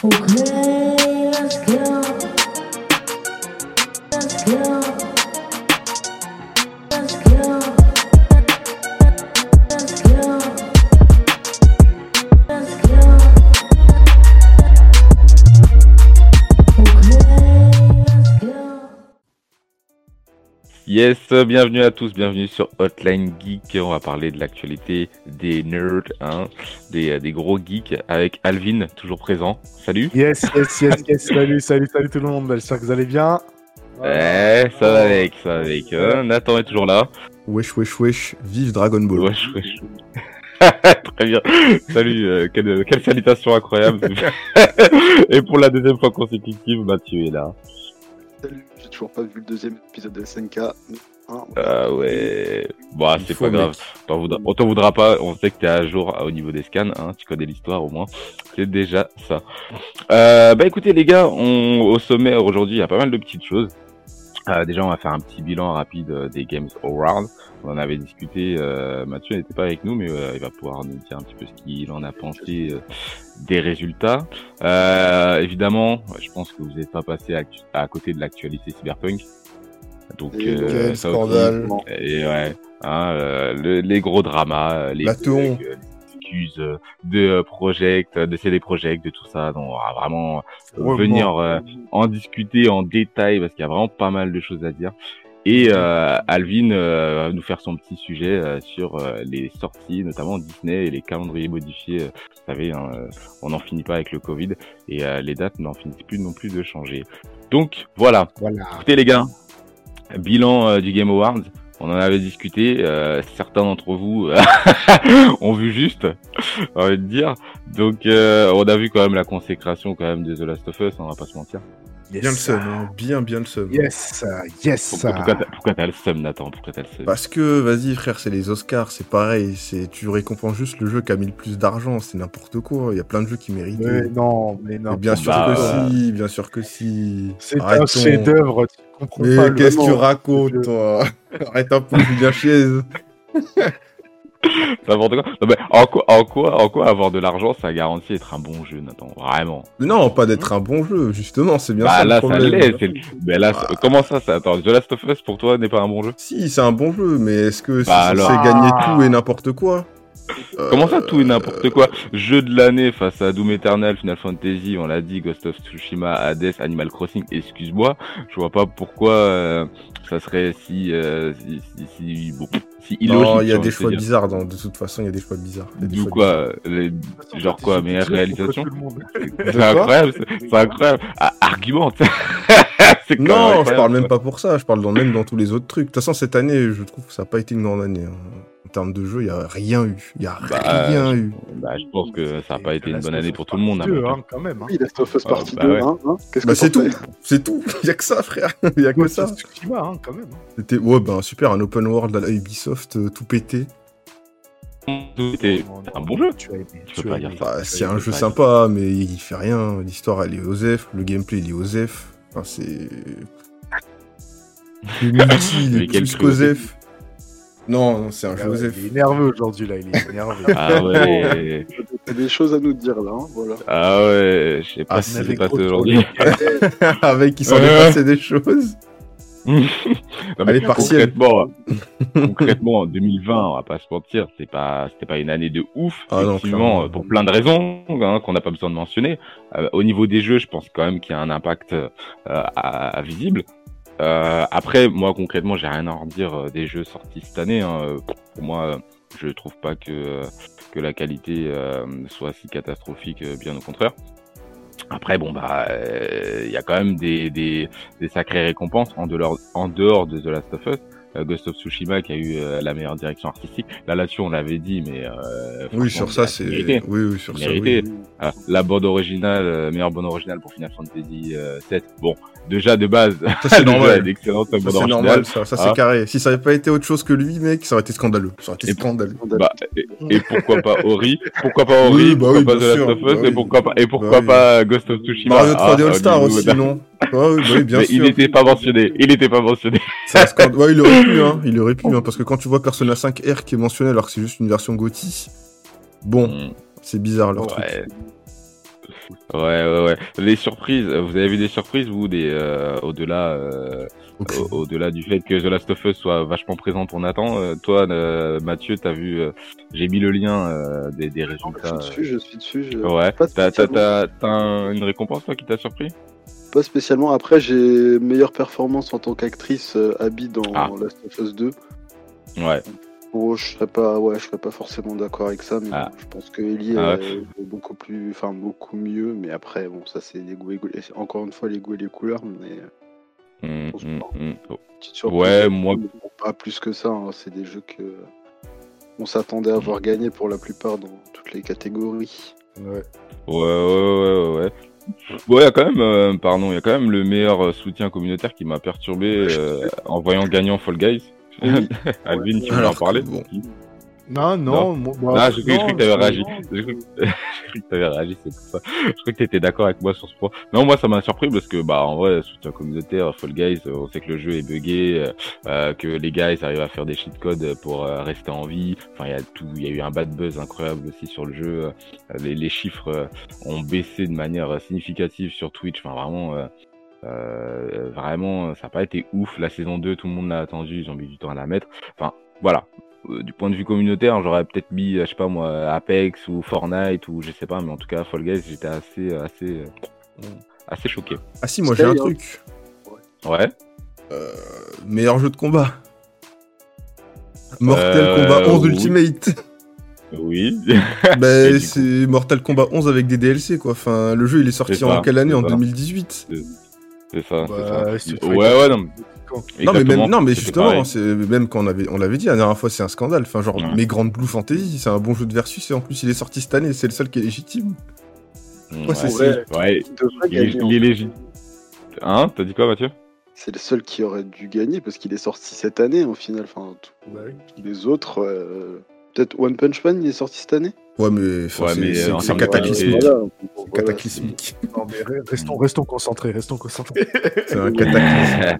Okay, let's go. Let's go. Let's go. Let's go. Let's go. Okay, let's go. Yes, bienvenue à tous, bienvenue sur Hotline Geek. On va parler de l'actualité des nerds, hein, des gros geeks avec Alvin, toujours présent. Salut. Yes. Salut tout le monde. J'espère que vous allez bien. Ouais, ça va avec. Nathan est toujours là. Wesh, vive Dragon Ball. Wesh. Très bien. Salut, quelle salutation incroyable. Et pour la deuxième fois consécutive, Mathieu est là. Salut, j'ai toujours pas vu le deuxième épisode de SNK. Mais, Ah ouais. Bon, c'est faut, pas grave. mec. On t'en voudra pas. On sait que t'es à jour au niveau des scans. Hein. Tu connais l'histoire au moins. C'est déjà ça. Bah écoutez les gars, au sommaire aujourd'hui, il y a pas mal de petites choses. Déjà, on va faire un petit bilan rapide des Games Awards. On en avait discuté. Mathieu n'était pas avec nous, mais il va pouvoir nous dire un petit peu ce qu'il en a pensé des résultats. Évidemment, je pense que vous n'êtes pas passé à côté de l'actualité Cyberpunk. Donc, Quel ça scandale. aussi. Et ouais, hein, les gros dramas, les La tour. bugs, les excuses de Project, de CD Projekt, de tout ça. Donc, on va vraiment venir en discuter en détail parce qu'il y a vraiment pas mal de choses à dire. Et Alvin va nous faire son petit sujet sur les sorties, notamment Disney et les calendriers modifiés. Vous savez, hein, on n'en finit pas avec le Covid et les dates n'en finissent plus non plus de changer. Donc voilà. Écoutez les gars, bilan du Game Awards. On en avait discuté. Certains d'entre vous ont vu juste, j'ai envie de dire. Donc on a vu quand même la consécration quand même de The Last of Us. On va pas se mentir. Bien le seum, hein. bien le seum. Yes. Pourquoi t'as le seum, Nathan? Pourquoi t'as le seum? Parce que, vas-y frère, c'est les Oscars, c'est pareil, tu récompenses juste le jeu qui a mis le plus d'argent, c'est n'importe quoi, il y a plein de jeux qui méritent. Mais non. Mais bien sûr que si. C'est un Arrêtons. chef-d'œuvre. Tu comprends pas. Mais le qu'est-ce que tu moment. racontes, toi? Arrête un peu, Julien Chiez. N'importe quoi. Non, mais en quoi avoir de l'argent, ça garantit être un bon jeu, Nathan? Vraiment. Mais non, pas d'être un bon jeu, justement, c'est bien Bah ça là, le ça problème. l'est. Mais là, comment ça? Attends, The Last of Us pour toi n'est pas un bon jeu? Si, c'est un bon jeu, mais est-ce que Bah c'est alors. censé gagner tout et n'importe quoi? Comment ça, tout et n'importe quoi? Jeu de l'année face à Doom Eternal, Final Fantasy, on l'a dit, Ghost of Tsushima, Hades, Animal Crossing, excuse-moi, je vois pas pourquoi ça serait si illogique. Non, il y j'ai a envie des de te choix dire. bizarres, de toute façon, il y a des choix bizarres. Il y a des D'où choix quoi? Attends, Genre t'es quoi? sûr que Meilleure tu veux réalisation? pour tout le monde. C'est incroyable, c'est incroyable. Argumente. C'est quand même Non, je incroyable, parle même quoi. pas pour ça, je parle même dans tous les autres trucs. De toute façon, cette année, je trouve que ça n'a pas été une grande année. Hein. En termes de jeu, il n'y a rien eu. Il n'y a rien eu. Bah, je pense que ça n'a pas été une bonne année pour tout le monde. Dieu, hein. hein, quand même. Hein. oui, Last of Us Ah, partie bah 2, ouais. hein. Qu'est-ce Bah, que c'est t'en tout, fais c'est tout. Il n'y a que ça, frère. Il n'y a que Ghost ça. of Tsushima, hein, quand même. C'était, ouais, ben super, un open world à la Ubisoft, tout pété. C'était un bon jeu. Tu as aimé. Tu peux pas dire ça. Bah, c'est un jeu sympa, mais il fait rien. L'histoire, elle est osef. Le gameplay, il est osef. Enfin, c'est. Le multi, il Mais est quel plus cru qu'osef. Non, c'est un jeu osef. Il est nerveux aujourd'hui, là. Il est nerveux. Ah ouais. T'as des choses à nous dire là, hein, voilà. Ah ouais. Je sais pas Ah, si c'est c'est avec passé trop de aujourd'hui. Avec, il s'en est passé des choses. Non, mais Allez, partiel. concrètement, en 2020, on va pas se mentir, c'était pas une année de ouf, Ah non, effectivement, clairement. pour plein de raisons, hein, qu'on n'a pas besoin de mentionner. Au niveau des jeux, je pense quand même qu'il y a un impact visible. Après, moi, concrètement, j'ai rien à redire des jeux sortis cette année. Hein. Pour moi, je trouve pas que la qualité soit si catastrophique, bien au contraire. Après, bon, bah, il y a quand même des sacrées récompenses en dehors de The Last of Us. Ghost of Tsushima qui a eu la meilleure direction artistique. Là-dessus, on l'avait dit, mais Oui, franchement, sur ça, c'est. mérité. Oui, sur ça. Mérité. Oui. La bande originale, meilleure bande originale pour Final Fantasy 7. Bon, déjà de base, Ça, c'est le jeu a normal. d'excellentes Ça, bandes c'est originales. normal, ça c'est Ah. carré. Si ça avait pas été autre chose que lui, mec, ça aurait été scandaleux. Ça aurait été Et- scandaleux. Bah, et pourquoi pas Ori? Pourquoi pas Ori? Oui, bah pourquoi oui, pas bien The Last sûr. of Us? Bah Et oui. pourquoi Bah pas Ghost of Tsushima? Mario 3D au All-Star niveau aussi, de- non? Ouais, oui, bien Mais sûr. il n'était pas mentionné. C'est un scandale. Ouais, il aurait pu, hein. Il aurait pu, hein. Parce que quand tu vois Persona 5 R qui est mentionné alors que c'est juste une version GOTY, bon, Mm. c'est bizarre leur truc. Ouais. Ouais. Les surprises, vous avez vu des surprises, vous, au-delà du fait que The Last of Us soit vachement présent, on attend. Toi, Mathieu, t'as vu, j'ai mis le lien des résultats. Je suis dessus. Ouais, Pas spécialement. t'as une récompense, toi, qui t'a surpris? Pas spécialement. Après, j'ai meilleure performance en tant qu'actrice Abby dans Last of Us 2. Ouais. Bon, je serais pas forcément d'accord avec ça, mais bon, je pense que Ellie est beaucoup mieux. Mais après, bon, ça c'est les goûts et encore une fois les goûts et les couleurs, mais petite surprise. Ouais, moi, Pas plus que ça. Hein. C'est des jeux que on s'attendait à voir gagner pour la plupart dans toutes les catégories. Ouais. Ouais. Bon, il y a quand même le meilleur soutien communautaire qui m'a perturbé en voyant gagnant Fall Guys. Alvin, tu veux en parler? Bon. Non. J'ai cru que t'avais réagi. J'ai cru que t'avais réagi, c'est pour ça. Je crois que t'étais d'accord avec moi sur ce point. Non, moi, ça m'a surpris parce que, en vrai, soutien communautaire, Fall Guys, on sait que le jeu est buggé, que les gars, ils arrivent à faire des cheat codes pour rester en vie. Enfin, il y a eu un bad buzz incroyable aussi sur le jeu. Les chiffres ont baissé de manière significative sur Twitch. Enfin, vraiment, ça n'a pas été ouf. La saison 2, tout le monde l'a attendu, ils ont mis du temps à la mettre. Enfin, voilà. Du point de vue communautaire, j'aurais peut-être mis, je sais pas moi, Apex ou Fortnite ou je sais pas, mais en tout cas, Fall Guys, j'étais assez choqué. Ah si, moi j'ai un truc. Ouais. Meilleur jeu de combat. Mortal Kombat 11 oui. Ultimate. Oui. C'est Mortal Kombat 11 avec des DLC quoi. Enfin, le jeu il est sorti en quelle année? En 2018. C'est ça. Ouais, non. Non mais justement, même quand on l'avait dit la dernière fois, c'est un scandale. Enfin genre, mais Grand Blue Fantasy, c'est un bon jeu de versus et en plus il est sorti cette année, c'est le seul qui est légitime. Il est légitime. Hein? T'as dit quoi, Mathieu? C'est le seul qui aurait dû gagner parce qu'il est sorti cette année au final. Enfin, les autres, peut-être One Punch Man, il est sorti cette année. Ouais, mais c'est cataclysmique. C'est cataclysmique. Non, mais restons concentrés. C'est un cataclysme.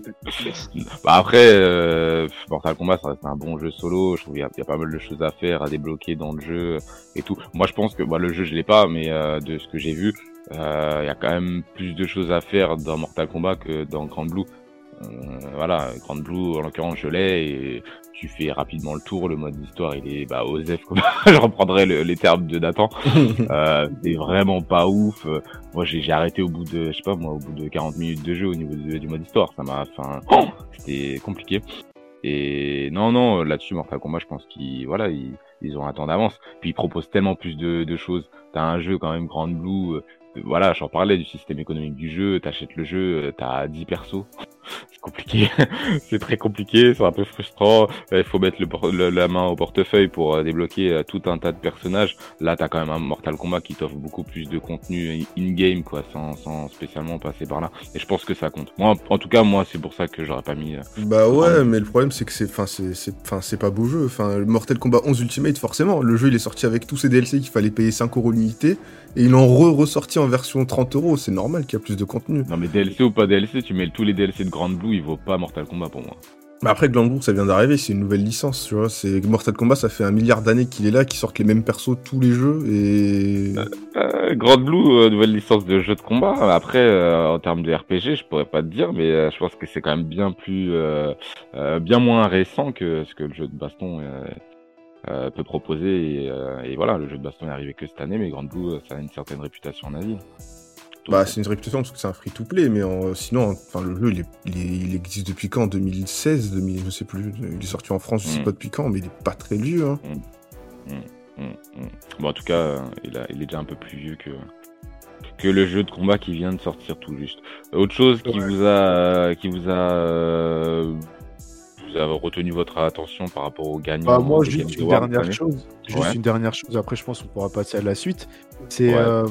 Après, Mortal Kombat, ça reste un bon jeu solo. Je trouve qu'il y a pas mal de choses à faire, à débloquer dans le jeu et tout. Moi, je pense que le jeu, je l'ai pas, mais de ce que j'ai vu, il y a quand même plus de choses à faire dans Mortal Kombat que dans Grand Blue. Grand Blue, en l'occurrence, je l'ai et tu fais rapidement le tour. Le mode d'histoire, il est OSEF, comme je reprendrai les termes de Nathan. C'est vraiment pas ouf. Moi, j'ai arrêté au bout de 40 minutes de jeu au niveau du mode histoire. C'était compliqué. Et non, là-dessus, Mortal Kombat, je pense qu'ils ont un temps d'avance. Puis ils proposent tellement plus de choses. T'as un jeu quand même Grand Blue. J'en parlais du système économique du jeu, t'achètes le jeu, t'as 10 persos, c'est compliqué, c'est très compliqué, c'est un peu frustrant, il faut mettre la main au portefeuille pour débloquer tout un tas de personnages. Là t'as quand même un Mortal Kombat qui t'offre beaucoup plus de contenu in-game, quoi, sans spécialement passer par là, et je pense que ça compte. Moi, en tout cas, c'est pour ça que j'aurais pas mis... mais le problème c'est que c'est pas beau jeu, le Mortal Kombat 11 Ultimate, forcément, le jeu il est sorti avec tous ses DLC qu'il fallait payer 5€ l'unité, et ils l'ont ressorti en version 30€, c'est normal qu'il y a plus de contenu. Non mais DLC ou pas DLC, tu mets tous les DLC de Grand Blue, il vaut pas Mortal Kombat pour moi. Mais après, Grand Blue, ça vient d'arriver, c'est une nouvelle licence, tu vois. Mortal Kombat, ça fait 1 milliard d'années qu'il est là, qu'ils sortent les mêmes persos tous les jeux, et... Grand Blue, nouvelle licence de jeu de combat. Après, en termes de RPG, je pourrais pas te dire, mais je pense que c'est quand même bien moins récent que ce que le jeu de baston peut proposer. Et voilà, le jeu de baston est arrivé que cette année, mais Grand Blue, ça a une certaine réputation en Asie. C'est une réputation parce que c'est un free-to-play, mais sinon, le jeu, il existe depuis quand? 2016, je sais plus. Il est sorti en France, je sais pas depuis quand, mais il est pas très vieux. Hein. Bon, en tout cas, il est déjà un peu plus vieux que le jeu de combat qui vient de sortir tout juste. Autre chose qui vous a retenu votre attention par rapport aux gagnants? Moi, juste une dernière chose. Après, je pense qu'on pourra passer à la suite. C'est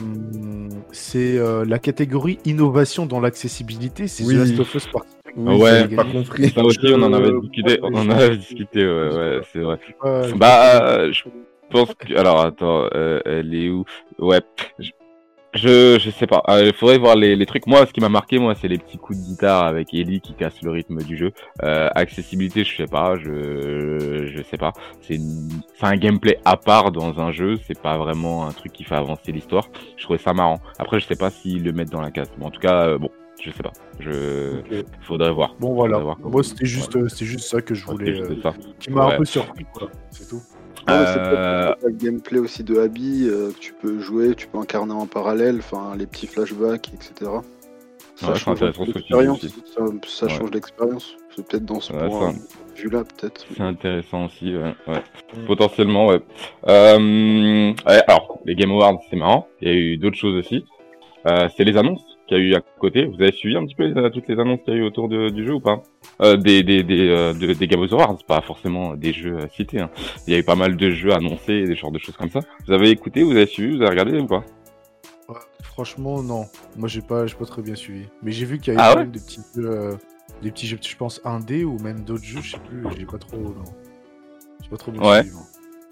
la catégorie innovation dans l'accessibilité. C'est The Last of Us Part 2. Pas compris. Ça aussi, on en avait discuté. Ouais, c'est vrai. Je pense que... Alors, attends, elle est où? Ouais. Je sais pas. Il faudrait voir les trucs. Moi, ce qui m'a marqué, moi, c'est les petits coups de guitare avec Ellie qui cassent le rythme du jeu. Accessibilité, je sais pas. Je sais pas. C'est un gameplay à part dans un jeu. C'est pas vraiment un truc qui fait avancer l'histoire. Je trouvais ça marrant. Après, je sais pas s'ils le mettent dans la case. Mais en tout cas, bon, je sais pas. Ok. Faudrait voir. Bon, voilà. Faudrait voir comment- Moi, c'était juste ça que je voulais. C'était ça. Qui m'a Ouais. un peu surpris, quoi. C'est tout. Non, mais c'est peut-être le gameplay aussi de Abby que tu peux jouer, tu peux incarner en parallèle, enfin les petits flashbacks, etc. Ça Ouais, c'est change intéressant ce que tu dis l'expérience. aussi. Ça change l'expérience. C'est peut-être dans ce Ouais, point vue-là, peut-être. C'est intéressant aussi, ouais. Potentiellement, ouais. Ouais. Alors, les Game Awards, c'est marrant. Il y a eu d'autres choses aussi. C'est les annonces qu'il y a eu à côté. Vous avez suivi un petit peu toutes les annonces qu'il y a eu autour du jeu ou pas? Des Game Awards, pas forcément des jeux cités. Hein. Il y a eu pas mal de jeux annoncés, des genres de choses comme ça. Vous avez écouté, vous avez suivi, vous avez regardé ou pas? Ouais, franchement, non. Moi, j'ai pas très bien suivi. Mais j'ai vu qu'il y a eu Ah quand ouais même des petits jeux, je pense, indé ou même d'autres jeux, je sais plus. J'ai pas trop, non. J'ai pas trop bien Ouais. suivi. Moi.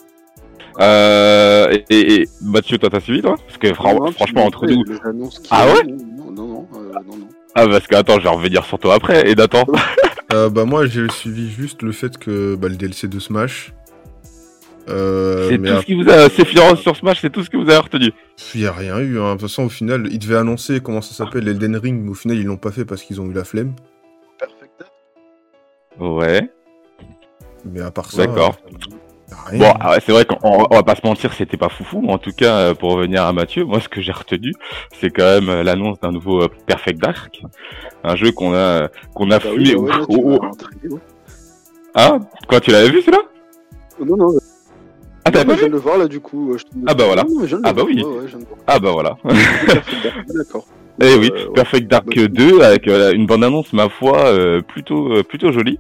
Et Mathieu, toi, t'as suivi, toi? Parce que franchement, entre nous... Les annonces qui... Ah ouais? Non. Ah, parce que, attends, je vais revenir sur toi après. Et Nathan? Bah moi j'ai suivi juste le fait que le DLC de Smash. C'est mais tout ce qui vous a... Sephiroth sur Smash, c'est tout ce que vous avez retenu. il y a rien eu. Hein. De toute façon au final ils devaient annoncer comment ça s'appelle Elden Ring, mais au final ils l'ont pas fait parce qu'ils ont eu la flemme. Perfect. Ouais. Mais à part ça. D'accord. Y a rien. Bon, ouais, c'est vrai qu'on va pas se mentir, c'était pas foufou. En tout cas, pour revenir à Mathieu, moi, ce que j'ai retenu, c'est quand même l'annonce d'un nouveau Perfect Dark, un jeu qu'on a fumé. Ah, quand tu l'avais vu, celui-là? Non. Ah, t'avais pas Je viens vu? de le voir là du coup. Ah bah voilà. Non, je viens de le Ah bah voir. oui. Ouais, je viens de le voir. Ah bah voilà. Perfect Dark, d'accord. Eh oui, ouais. Perfect Dark 2 avec une bande-annonce, ma foi, plutôt jolie.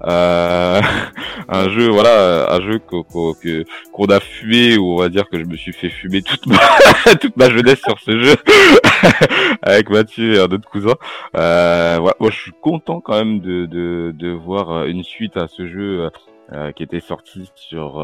Un jeu, voilà, un jeu qu'on a fumé, ou on va dire que je me suis fait fumer toute ma jeunesse sur ce jeu avec Mathieu et un autre cousin. Voilà, moi je suis content quand même de voir une suite à ce jeu qui était sorti sur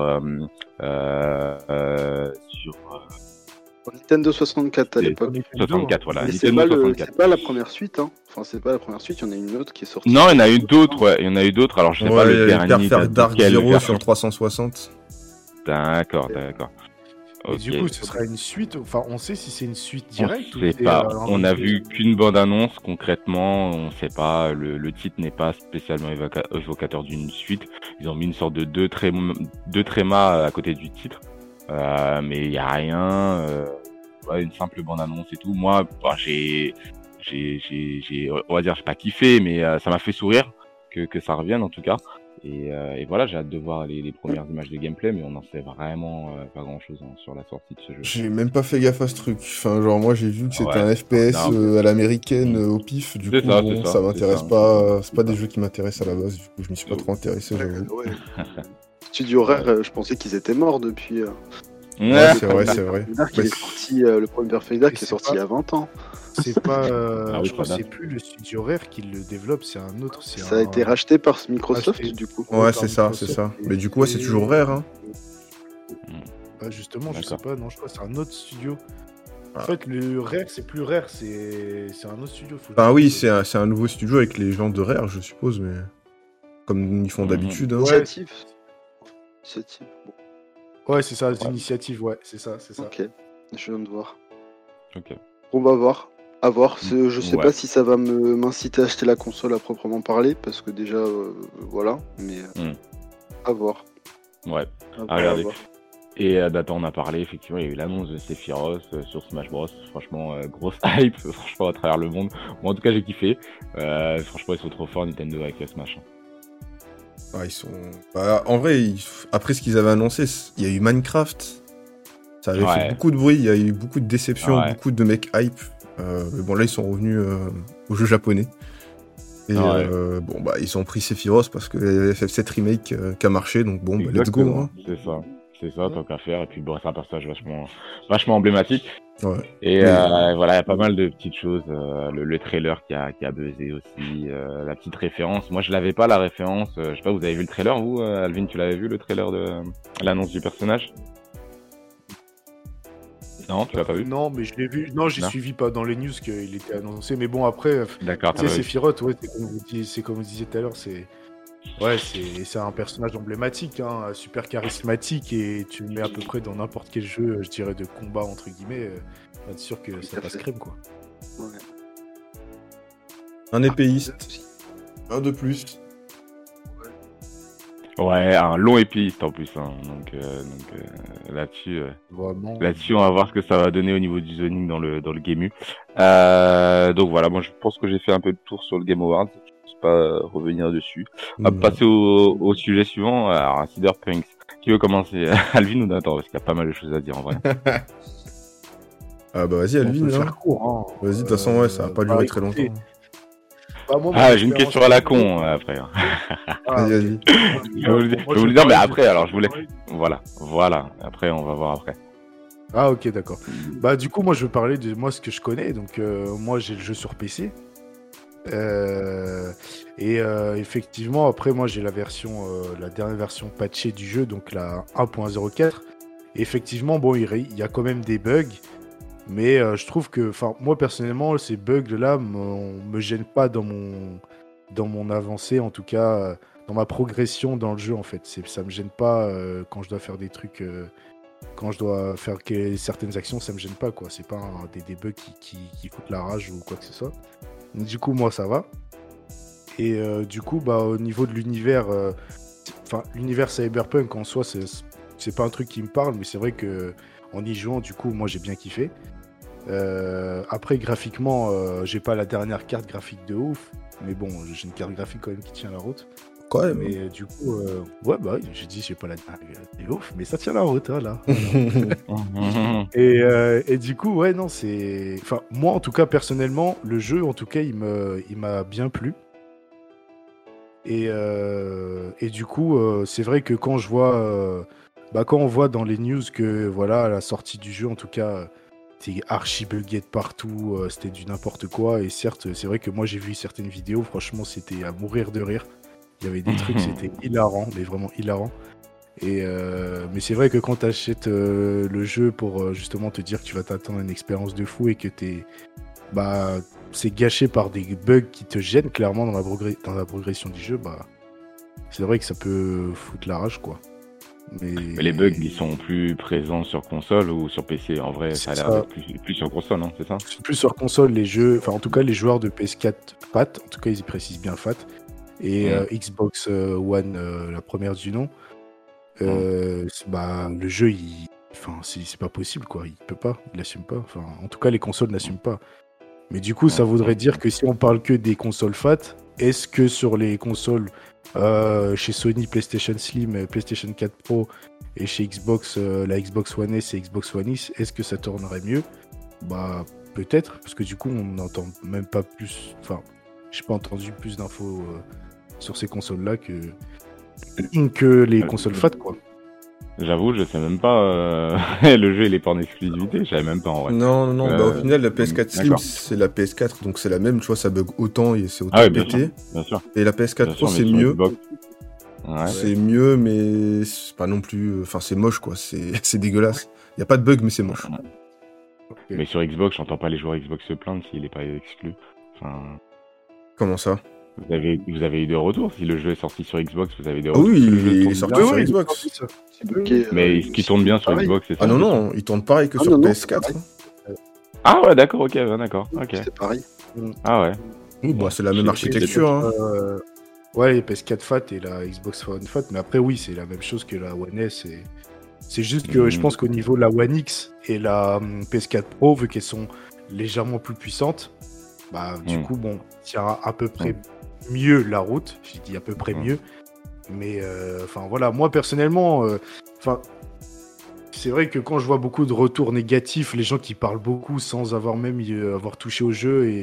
Nintendo 64 à l'époque. 64, voilà. Mais c'est Nintendo pas, 64. c'est pas la première suite, hein. Enfin, c'est pas la première suite, il y en a une autre qui est sortie. Non, il y en a eu d'autres, ouais. Il y en a eu d'autres. Alors, je sais pas le dernier. Perfect Dark quelle Zero version. sur 360. D'accord. Et du coup, ce sera une suite. Enfin, on sait si c'est une suite directe On ou sait c'est, pas. un On a jeu. vu qu'une bande-annonce. Concrètement, on sait pas. Le titre n'est pas spécialement évocateur d'une suite. Ils ont mis une sorte de deux trémas à côté du titre. Mais il y a rien. Ouais, une simple bande-annonce et tout. Moi, bah, on va dire, j'ai pas kiffé, mais ça m'a fait sourire que ça revienne en tout cas. Et voilà, j'ai hâte de voir les premières images de gameplay, mais on n'en sait vraiment pas grand-chose sur la sortie de ce jeu. J'ai même pas fait gaffe à ce truc. Enfin, genre, moi j'ai vu que c'était Ouais. un FPS Non. à l'américaine au pif. Du C'est coup, ça, bon, c'est ça, ça m'intéresse c'est ça. pas. C'est pas des jeux qui m'intéressent à la base. Du coup, je m'y suis pas trop intéressé, j'avoue. Ouais. Studio Rare, je pensais qu'ils étaient morts depuis. Ouais, C'est vrai, c'est vrai. Dark, il Mais est sorti, le premier Perfect Dark Mais qui est c'est sorti pas- il y a 20 ans. C'est pas. Ah oui, je crois que ça c'est date. plus le studio Rare qui le développe, c'est un autre. Ça a été racheté par Microsoft, Acheté. du coup. Ouais, par c'est ça, Microsoft c'est ça. et- Mais du coup, ouais, c'est toujours rare, hein. Justement, je sais D'accord. pas, non, je crois que c'est un autre studio. Ah. En fait, le Rare, c'est plus Rare, c'est un autre studio. Faut Enfin, que- oui, c'est un nouveau studio avec les gens de rare, je suppose, mais. Comme ils font d'habitude, hein. Ouais. Initiative. Initiative. Bon, Ouais, c'est ça, l'initiative, ouais, c'est ça. ok. Je viens de voir. Ok. On va voir. À voir. Je sais Ouais. pas si ça va m'inciter à acheter la console à proprement parler, parce que déjà, voilà. Mais à voir. Ouais. À voir, Ah, regardez. à voir. Et Nathan en a parlé, effectivement, il y a eu l'annonce de Sephiroth sur Smash Bros. Franchement, grosse hype, franchement, à travers le monde. Moi, en tout cas, j'ai kiffé. Franchement, ils sont trop forts, Nintendo, avec Smash. Ah, ils sont. Bah, en vrai, après ce qu'ils avaient annoncé, il y a eu Minecraft. Ça avait Ouais. fait beaucoup de bruit, il y a eu beaucoup de déceptions, Ouais. beaucoup de mecs hype. Mais bon, là, ils sont revenus au jeu japonais. Et Ouais. bon, bah, ils ont pris Sephiroth parce que FF7 Remake qui a marché, donc bon, bah, let's go. Exactement. Hein. C'est ça, tant qu'à faire. Et puis, bon, c'est un personnage vachement emblématique. Ouais. Et Mais- voilà, il y a pas mal de petites choses. Le trailer qui a buzzé aussi. La petite référence. Moi, je l'avais pas, la référence. Je sais pas, vous avez vu le trailer, vous, Alvin, tu l'avais vu, le trailer de l'annonce du personnage? Non, tu l'as pas vu? Non, mais je l'ai vu. Non, j'ai Non. suivi pas dans les news qu'il était annoncé. Mais bon, après, D'accord, tu t'as sais, pas vu. Sephiroth, ouais, c'est comme vous disiez tout à l'heure, c'est un personnage emblématique, hein, super charismatique, et tu le mets à peu près dans n'importe quel jeu, je dirais, de combat, entre guillemets, être sûr que ça à passe fait. crème, quoi. Ouais. Un épéiste. Un de plus. Ouais, un long épéiste en plus. Hein. Donc là-dessus, Vraiment. on va voir ce que ça va donner au niveau du zoning dans le Game U. Donc voilà, moi je pense que j'ai fait un peu de tour sur le Game Awards. Je ne pense pas revenir dessus. On va Non. passer au sujet suivant. Alors, Cyberpunk. Qui veut commencer? Alvin ou Nathan? Parce qu'il y a pas mal de choses à dire en vrai. Ah bah vas-y, On Alvin. peut hein. faire court, hein. Vas-y, de toute façon, ouais, ça va pas durer très écoutez, longtemps. moi, Ah, mon j'ai une expérience question à la vidéo- con après. Ah, Vas-y, vas-y. Je vais vous le dire, mais après, alors je voulais. Voilà. Après, on va voir après. Ah, ok, d'accord. Bah, du coup, moi, je veux parler de moi ce que je connais. Donc, moi, j'ai le jeu sur PC. Effectivement, après, moi, j'ai la dernière version patchée du jeu, donc la 1.04. Effectivement, bon, il y a quand même des bugs. Mais je trouve que, enfin, moi personnellement, ces bugs-là me gênent pas dans mon avancée, en tout cas, dans ma progression dans le jeu, en fait. Ça me gêne pas quand je dois faire des trucs, quand je dois faire certaines actions, ça me gêne pas, quoi. C'est pas des bugs qui foutent la rage ou quoi que ce soit. Donc, du coup, moi, ça va. Et du coup, bah, au niveau de l'univers, l'univers Cyberpunk en soi, c'est pas un truc qui me parle, mais c'est vrai que en y jouant, du coup, moi, j'ai bien kiffé. Après, graphiquement, j'ai pas la dernière carte graphique de ouf, mais bon, j'ai une carte graphique quand même qui tient la route. Quand même. Mais du coup, ouais, bah oui, j'ai dit j'ai pas la dernière de ouf, mais ça tient la route, hein, là. Et du coup, ouais, non, c'est... Enfin, moi, en tout cas, personnellement, le jeu, en tout cas, il m'a bien plu. Et du coup, c'est vrai que quand je vois... quand on voit dans les news que, voilà, à la sortie du jeu, en tout cas... C'était archi bugué de partout, c'était du n'importe quoi. Et certes, c'est vrai que moi j'ai vu certaines vidéos, franchement c'était à mourir de rire. Il y avait des trucs, c'était hilarant, mais vraiment hilarant. Mais c'est vrai que quand tu achètes le jeu pour justement te dire que tu vas t'attendre à une expérience de fou et que c'est gâché par des bugs qui te gênent clairement dans la progression du jeu, c'est vrai que ça peut foutre la rage, quoi. Mais les bugs, ils sont plus présents sur console ou sur PC? En vrai, ça a l'air d'être plus sur console, non? C'est ça? C'est plus sur console, les jeux, enfin en tout cas les joueurs de PS4 FAT, en tout cas ils y précisent bien FAT, et Xbox One, la première du nom, le jeu, c'est pas possible, quoi. Il peut pas, il l'assume pas. Enfin, en tout cas les consoles n'assument pas. Mais du coup, ça voudrait dire que si on parle que des consoles FAT, est-ce que sur les consoles chez Sony, PlayStation Slim, PlayStation 4 Pro et chez Xbox, la Xbox One S et Xbox One X, est-ce que ça tournerait mieux? Bah peut-être, parce que du coup on n'entend même pas plus, enfin j'ai pas entendu plus d'infos sur ces consoles-là que les consoles FAT, quoi. J'avoue, je sais même pas. Le jeu, il est pas en exclusivité, je savais même pas en vrai. Non, au final, la PS4 Slim, d'accord. c'est la PS4, donc c'est la même, tu vois, ça bug autant et c'est autant Ah ouais, bien pété. Bien sûr. Et la PS4 Bien Pro, sûr, mais c'est sur mieux. Xbox- Ouais. C'est mieux, mais c'est pas non plus. Enfin, c'est moche, quoi. C'est dégueulasse. Y a pas de bug, mais c'est moche. Mais sur Xbox, j'entends pas les joueurs Xbox se plaindre s'il est pas exclu. Enfin, Comment ça? vous avez eu des retours? Si le jeu est sorti sur Xbox, vous avez des Ah retours? oui, que le jeu il tourne est sorti bien sur oui, Xbox. C'est bloqué. Mais est-ce qu'il tourne bien sur pareil. Xbox, c'est ça? Ah non, il tourne pareil que Ah sur non, non, PS4. c'est hein. Ah ouais, d'accord, ok, d'accord. Ok. C'est pareil. Ah ouais. Oui, bah, c'est la même J'ai- architecture. Hein. Ouais, les PS4 FAT et la Xbox One FAT, mais après oui, c'est la même chose que la One S. C'est juste que je pense qu'au niveau de la One X et la PS4 Pro, vu qu'elles sont légèrement plus puissantes, du coup, bon, tient à peu près mieux la route. J'ai dit à peu près mieux. Mais enfin voilà, moi personnellement, c'est vrai que quand je vois beaucoup de retours négatifs, les gens qui parlent beaucoup sans avoir même avoir touché au jeu et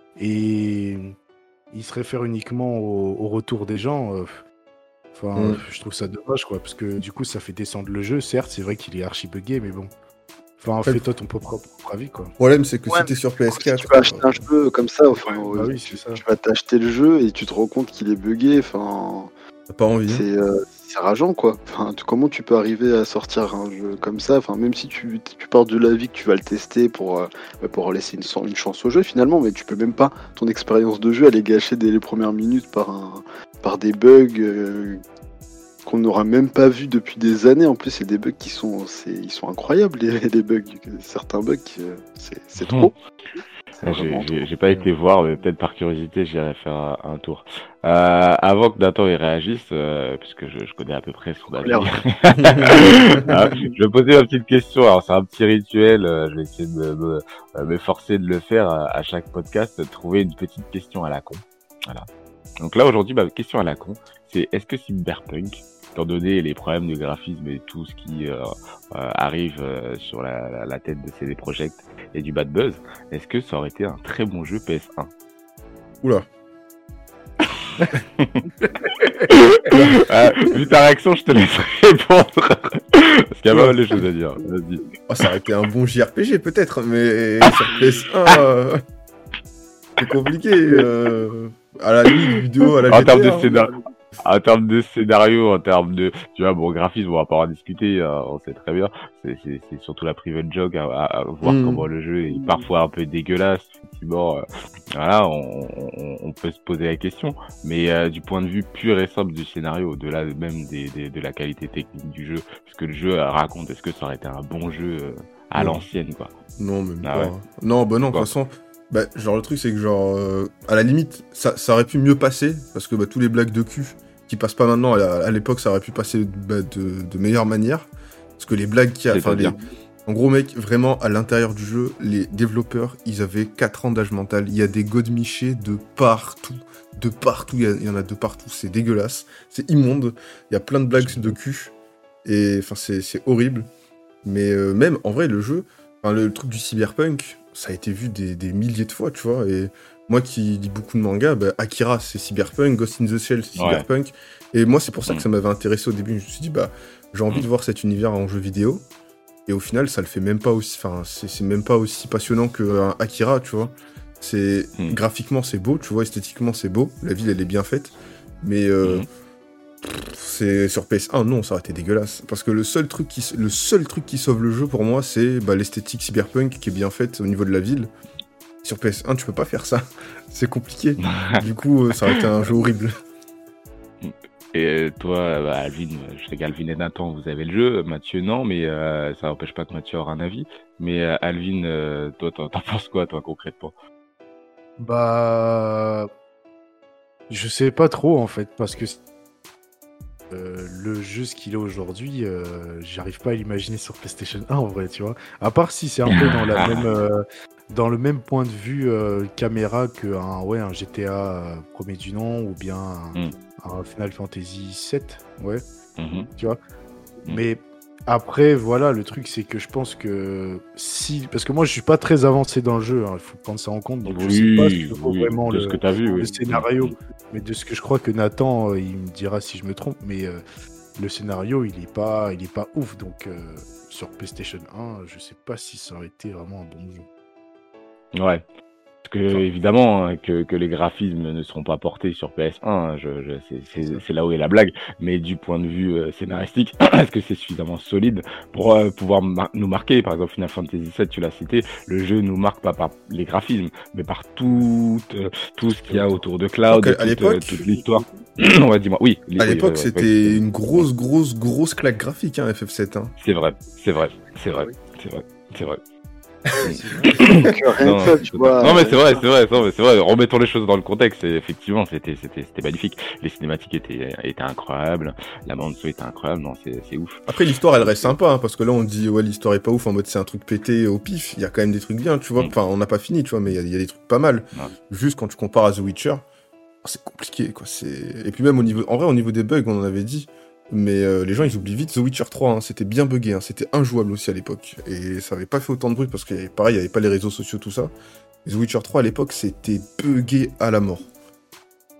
ils se réfèrent uniquement au retour des gens, je trouve ça dommage, quoi, parce que du coup ça fait descendre le jeu. Certes, c'est vrai qu'il est archi buggé, mais bon. Enfin, fais-toi ton propre avis, quoi. Le problème, c'est que Ouais, si t'es sur PS4. Tu vas acheter un jeu comme ça, Oui, c'est ça. tu vas t'acheter le jeu et tu te rends compte qu'il est buggé. Enfin, T'as pas envie. C'est rageant, quoi. Enfin, comment tu peux arriver à sortir un jeu comme ça? Enfin, même si tu pars de l'avis que tu vas le tester pour laisser une chance au jeu, finalement, mais tu peux même pas, ton expérience de jeu, elle est gâchée dès les premières minutes par des bugs qu'on n'aura même pas vu depuis des années. En plus, c'est des bugs ils sont incroyables, les bugs. Certains bugs, c'est trop. J'ai pas été voir, mais peut-être par curiosité, j'irai faire un tour. Avant que Nathan y réagisse, puisque je connais à peu près son avis, je vais poser ma petite question. Alors, c'est un petit rituel, je vais essayer de m'efforcer de le faire à chaque podcast, de trouver une petite question à la con. Voilà. Donc là, aujourd'hui, ma question à la con, c'est est-ce que Cyberpunk, étant donné les problèmes de graphisme et tout ce qui arrive sur la tête de CD Projekt et du bad buzz, est-ce que ça aurait été un très bon jeu PS1? Oula. Vu ta réaction, je te laisse répondre. Parce qu'il y a pas mal de choses à dire. Vas-y. Oh, ça aurait été un bon JRPG peut-être, mais sur PS1, c'est compliqué. À la limite, vidéo, à la En GTA, termes de scénario. En termes de scénario, en termes de, tu vois, bon, graphisme, on va pas en discuter, on sait très bien. C'est surtout la private joke à voir comment le jeu est parfois un peu dégueulasse. Effectivement, voilà, on peut se poser la question. Mais du point de vue pur et simple du scénario, au-delà même de la qualité technique du jeu, ce que le jeu raconte, est-ce que ça aurait été un bon jeu à l'ancienne, quoi? Non, même Ah pas. ouais. Non, bah non, de toute façon. Bah, genre le truc c'est que genre à la limite ça aurait pu mieux passer parce que bah, tous les blagues de cul qui passent pas maintenant à l'époque ça aurait pu passer de meilleure manière parce que les blagues en gros mec vraiment à l'intérieur du jeu les développeurs ils avaient 4 ans d'âge mental, il y a des godemichés de partout il y en a de partout, c'est dégueulasse, c'est immonde, il y a plein de blagues de cul et enfin c'est horrible mais même en vrai le jeu, enfin, le truc du cyberpunk ça a été vu des milliers de fois, tu vois, et moi qui lis beaucoup de mangas, bah, Akira c'est Cyberpunk, Ghost in the Shell c'est Cyberpunk, et moi c'est pour ça que ça m'avait intéressé au début, je me suis dit, bah, j'ai envie de voir cet univers en jeu vidéo, et au final ça le fait même pas aussi, enfin, c'est même pas aussi passionnant que Akira, tu vois, c'est, graphiquement c'est beau, tu vois, esthétiquement c'est beau, la ville elle est bien faite, mais c'est sur PS1 non ça aurait été dégueulasse parce que le seul truc qui sauve le jeu pour moi c'est bah, l'esthétique cyberpunk qui est bien faite au niveau de la ville. Sur PS1 tu peux pas faire ça, c'est compliqué. Du coup ça aurait été un jeu horrible. Et toi, bah, Alvin, je sais qu'Alvin et Nathan vous avez le jeu, Mathieu non, mais ça n'empêche pas que Mathieu aura un avis. Mais Alvin, toi t'en penses quoi toi concrètement? Bah, je sais pas trop en fait parce que le jeu ce qu'il est aujourd'hui, j'arrive pas à l'imaginer sur PlayStation 1 en vrai, tu vois. À part si c'est un peu dans le même point de vue caméra que un GTA premier du nom ou bien un Final Fantasy 7, ouais, tu vois. Mais après, voilà, le truc c'est que je pense que si, parce que moi je suis pas très avancé dans le jeu, il faut prendre ça en compte, donc je sais pas si vraiment de ce que t'as vu, le scénario. Mais de ce que je crois que Nathan, il me dira si je me trompe, mais le scénario, il est pas ouf. Donc, sur PlayStation 1, je sais pas si ça aurait été vraiment un bon jeu. Ouais. Parce que, évidemment, que les graphismes ne seront pas portés sur PS1, c'est là où est la blague. Mais du point de vue scénaristique, est-ce que c'est suffisamment solide pour pouvoir nous marquer? Par exemple, Final Fantasy VII, tu l'as cité, le jeu nous marque pas par les graphismes, mais par tout ce qu'il y a autour de Cloud, toute l'histoire. Ouais, dis-moi. Oui. À l'époque, c'était une grosse claque graphique, hein, FF7. Hein. C'est vrai. Non mais c'est vrai. Remettons les choses dans le contexte. Effectivement, c'était magnifique. Les cinématiques étaient incroyables. La bande son était incroyable. Non, c'est ouf. Après, l'histoire, elle reste sympa, hein, parce que là, on dit ouais, l'histoire est pas ouf en mode c'est un truc pété au pif. Il y a quand même des trucs bien, tu vois. Enfin, on n'a pas fini, tu vois, mais il y a des trucs pas mal. Ouais. Juste quand tu compares à The Witcher, c'est compliqué, quoi. Et puis même au niveau des bugs, on en avait dit. Mais les gens ils oublient vite The Witcher 3, hein, c'était bien buggé, hein, c'était injouable aussi à l'époque. Et ça avait pas fait autant de bruit parce que pareil, il n'y avait pas les réseaux sociaux, tout ça. Et The Witcher 3 à l'époque c'était buggé à la mort.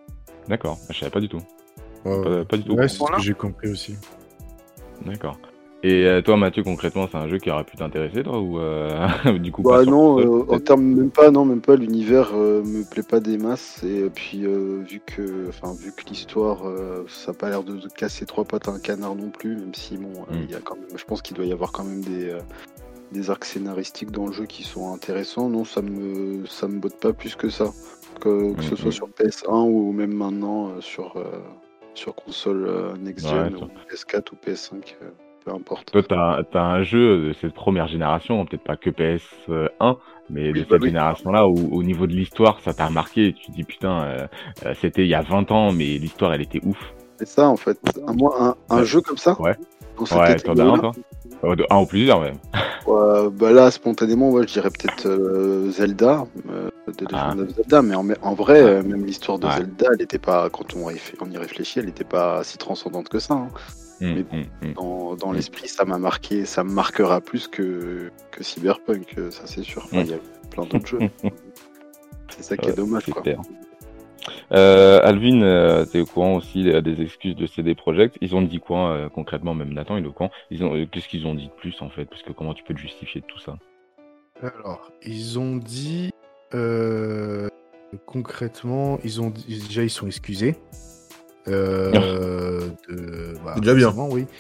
D'accord, je savais pas du tout. Pas du tout. Ouais, c'est ce que j'ai compris aussi. D'accord. Et toi, Mathieu, concrètement, c'est un jeu qui aurait pu t'intéresser, toi, ou du coup pas Bah sur non, console, en peut-être. termes même pas, l'univers me plaît pas des masses et puis vu que l'histoire ça a pas l'air de casser trois pattes à un canard non plus, même si bon il y a quand même, je pense qu'il doit y avoir quand même des arcs scénaristiques dans le jeu qui sont intéressants. Non, ça me botte pas plus que ça, que ce soit sur PS1 ou même maintenant sur console next-gen Ouais, ou PS4 ou PS5, peu importe. toi, t'as un jeu de cette première génération, peut-être pas que PS1, mais de Oui, bah cette oui. génération-là, où au niveau de l'histoire, ça t'a marqué. Tu te dis, putain, c'était il y a 20 ans, mais l'histoire, elle était ouf. C'est ça en fait. Un Ouais. jeu comme ça, Ouais, dans cette ouais, t'en as un, catégorie-là. toi? De un ou plusieurs, même. Bah là, spontanément, je dirais peut-être Zelda, The Legend of Zelda, mais en vrai, Ouais. même l'histoire de Ouais. Zelda, elle était pas, quand on y réfléchit, elle n'était pas si transcendante que ça, hein. Mais dans l'esprit, ça m'a marqué, ça me marquera plus que Cyberpunk, ça c'est sûr. Enfin, il y a plein d'autres jeux. C'est ça qui est dommage, C'est quoi. clair. Alvin, t'es au courant aussi des excuses de CD Projekt. Ils ont dit quoi concrètement, même Nathan, il est au courant. Qu'est-ce qu'ils ont dit de plus en fait? Parce que comment tu peux te justifier de tout ça? Alors, ils ont dit concrètement, déjà ils sont excusés. C'est déjà bien. forcément, oui.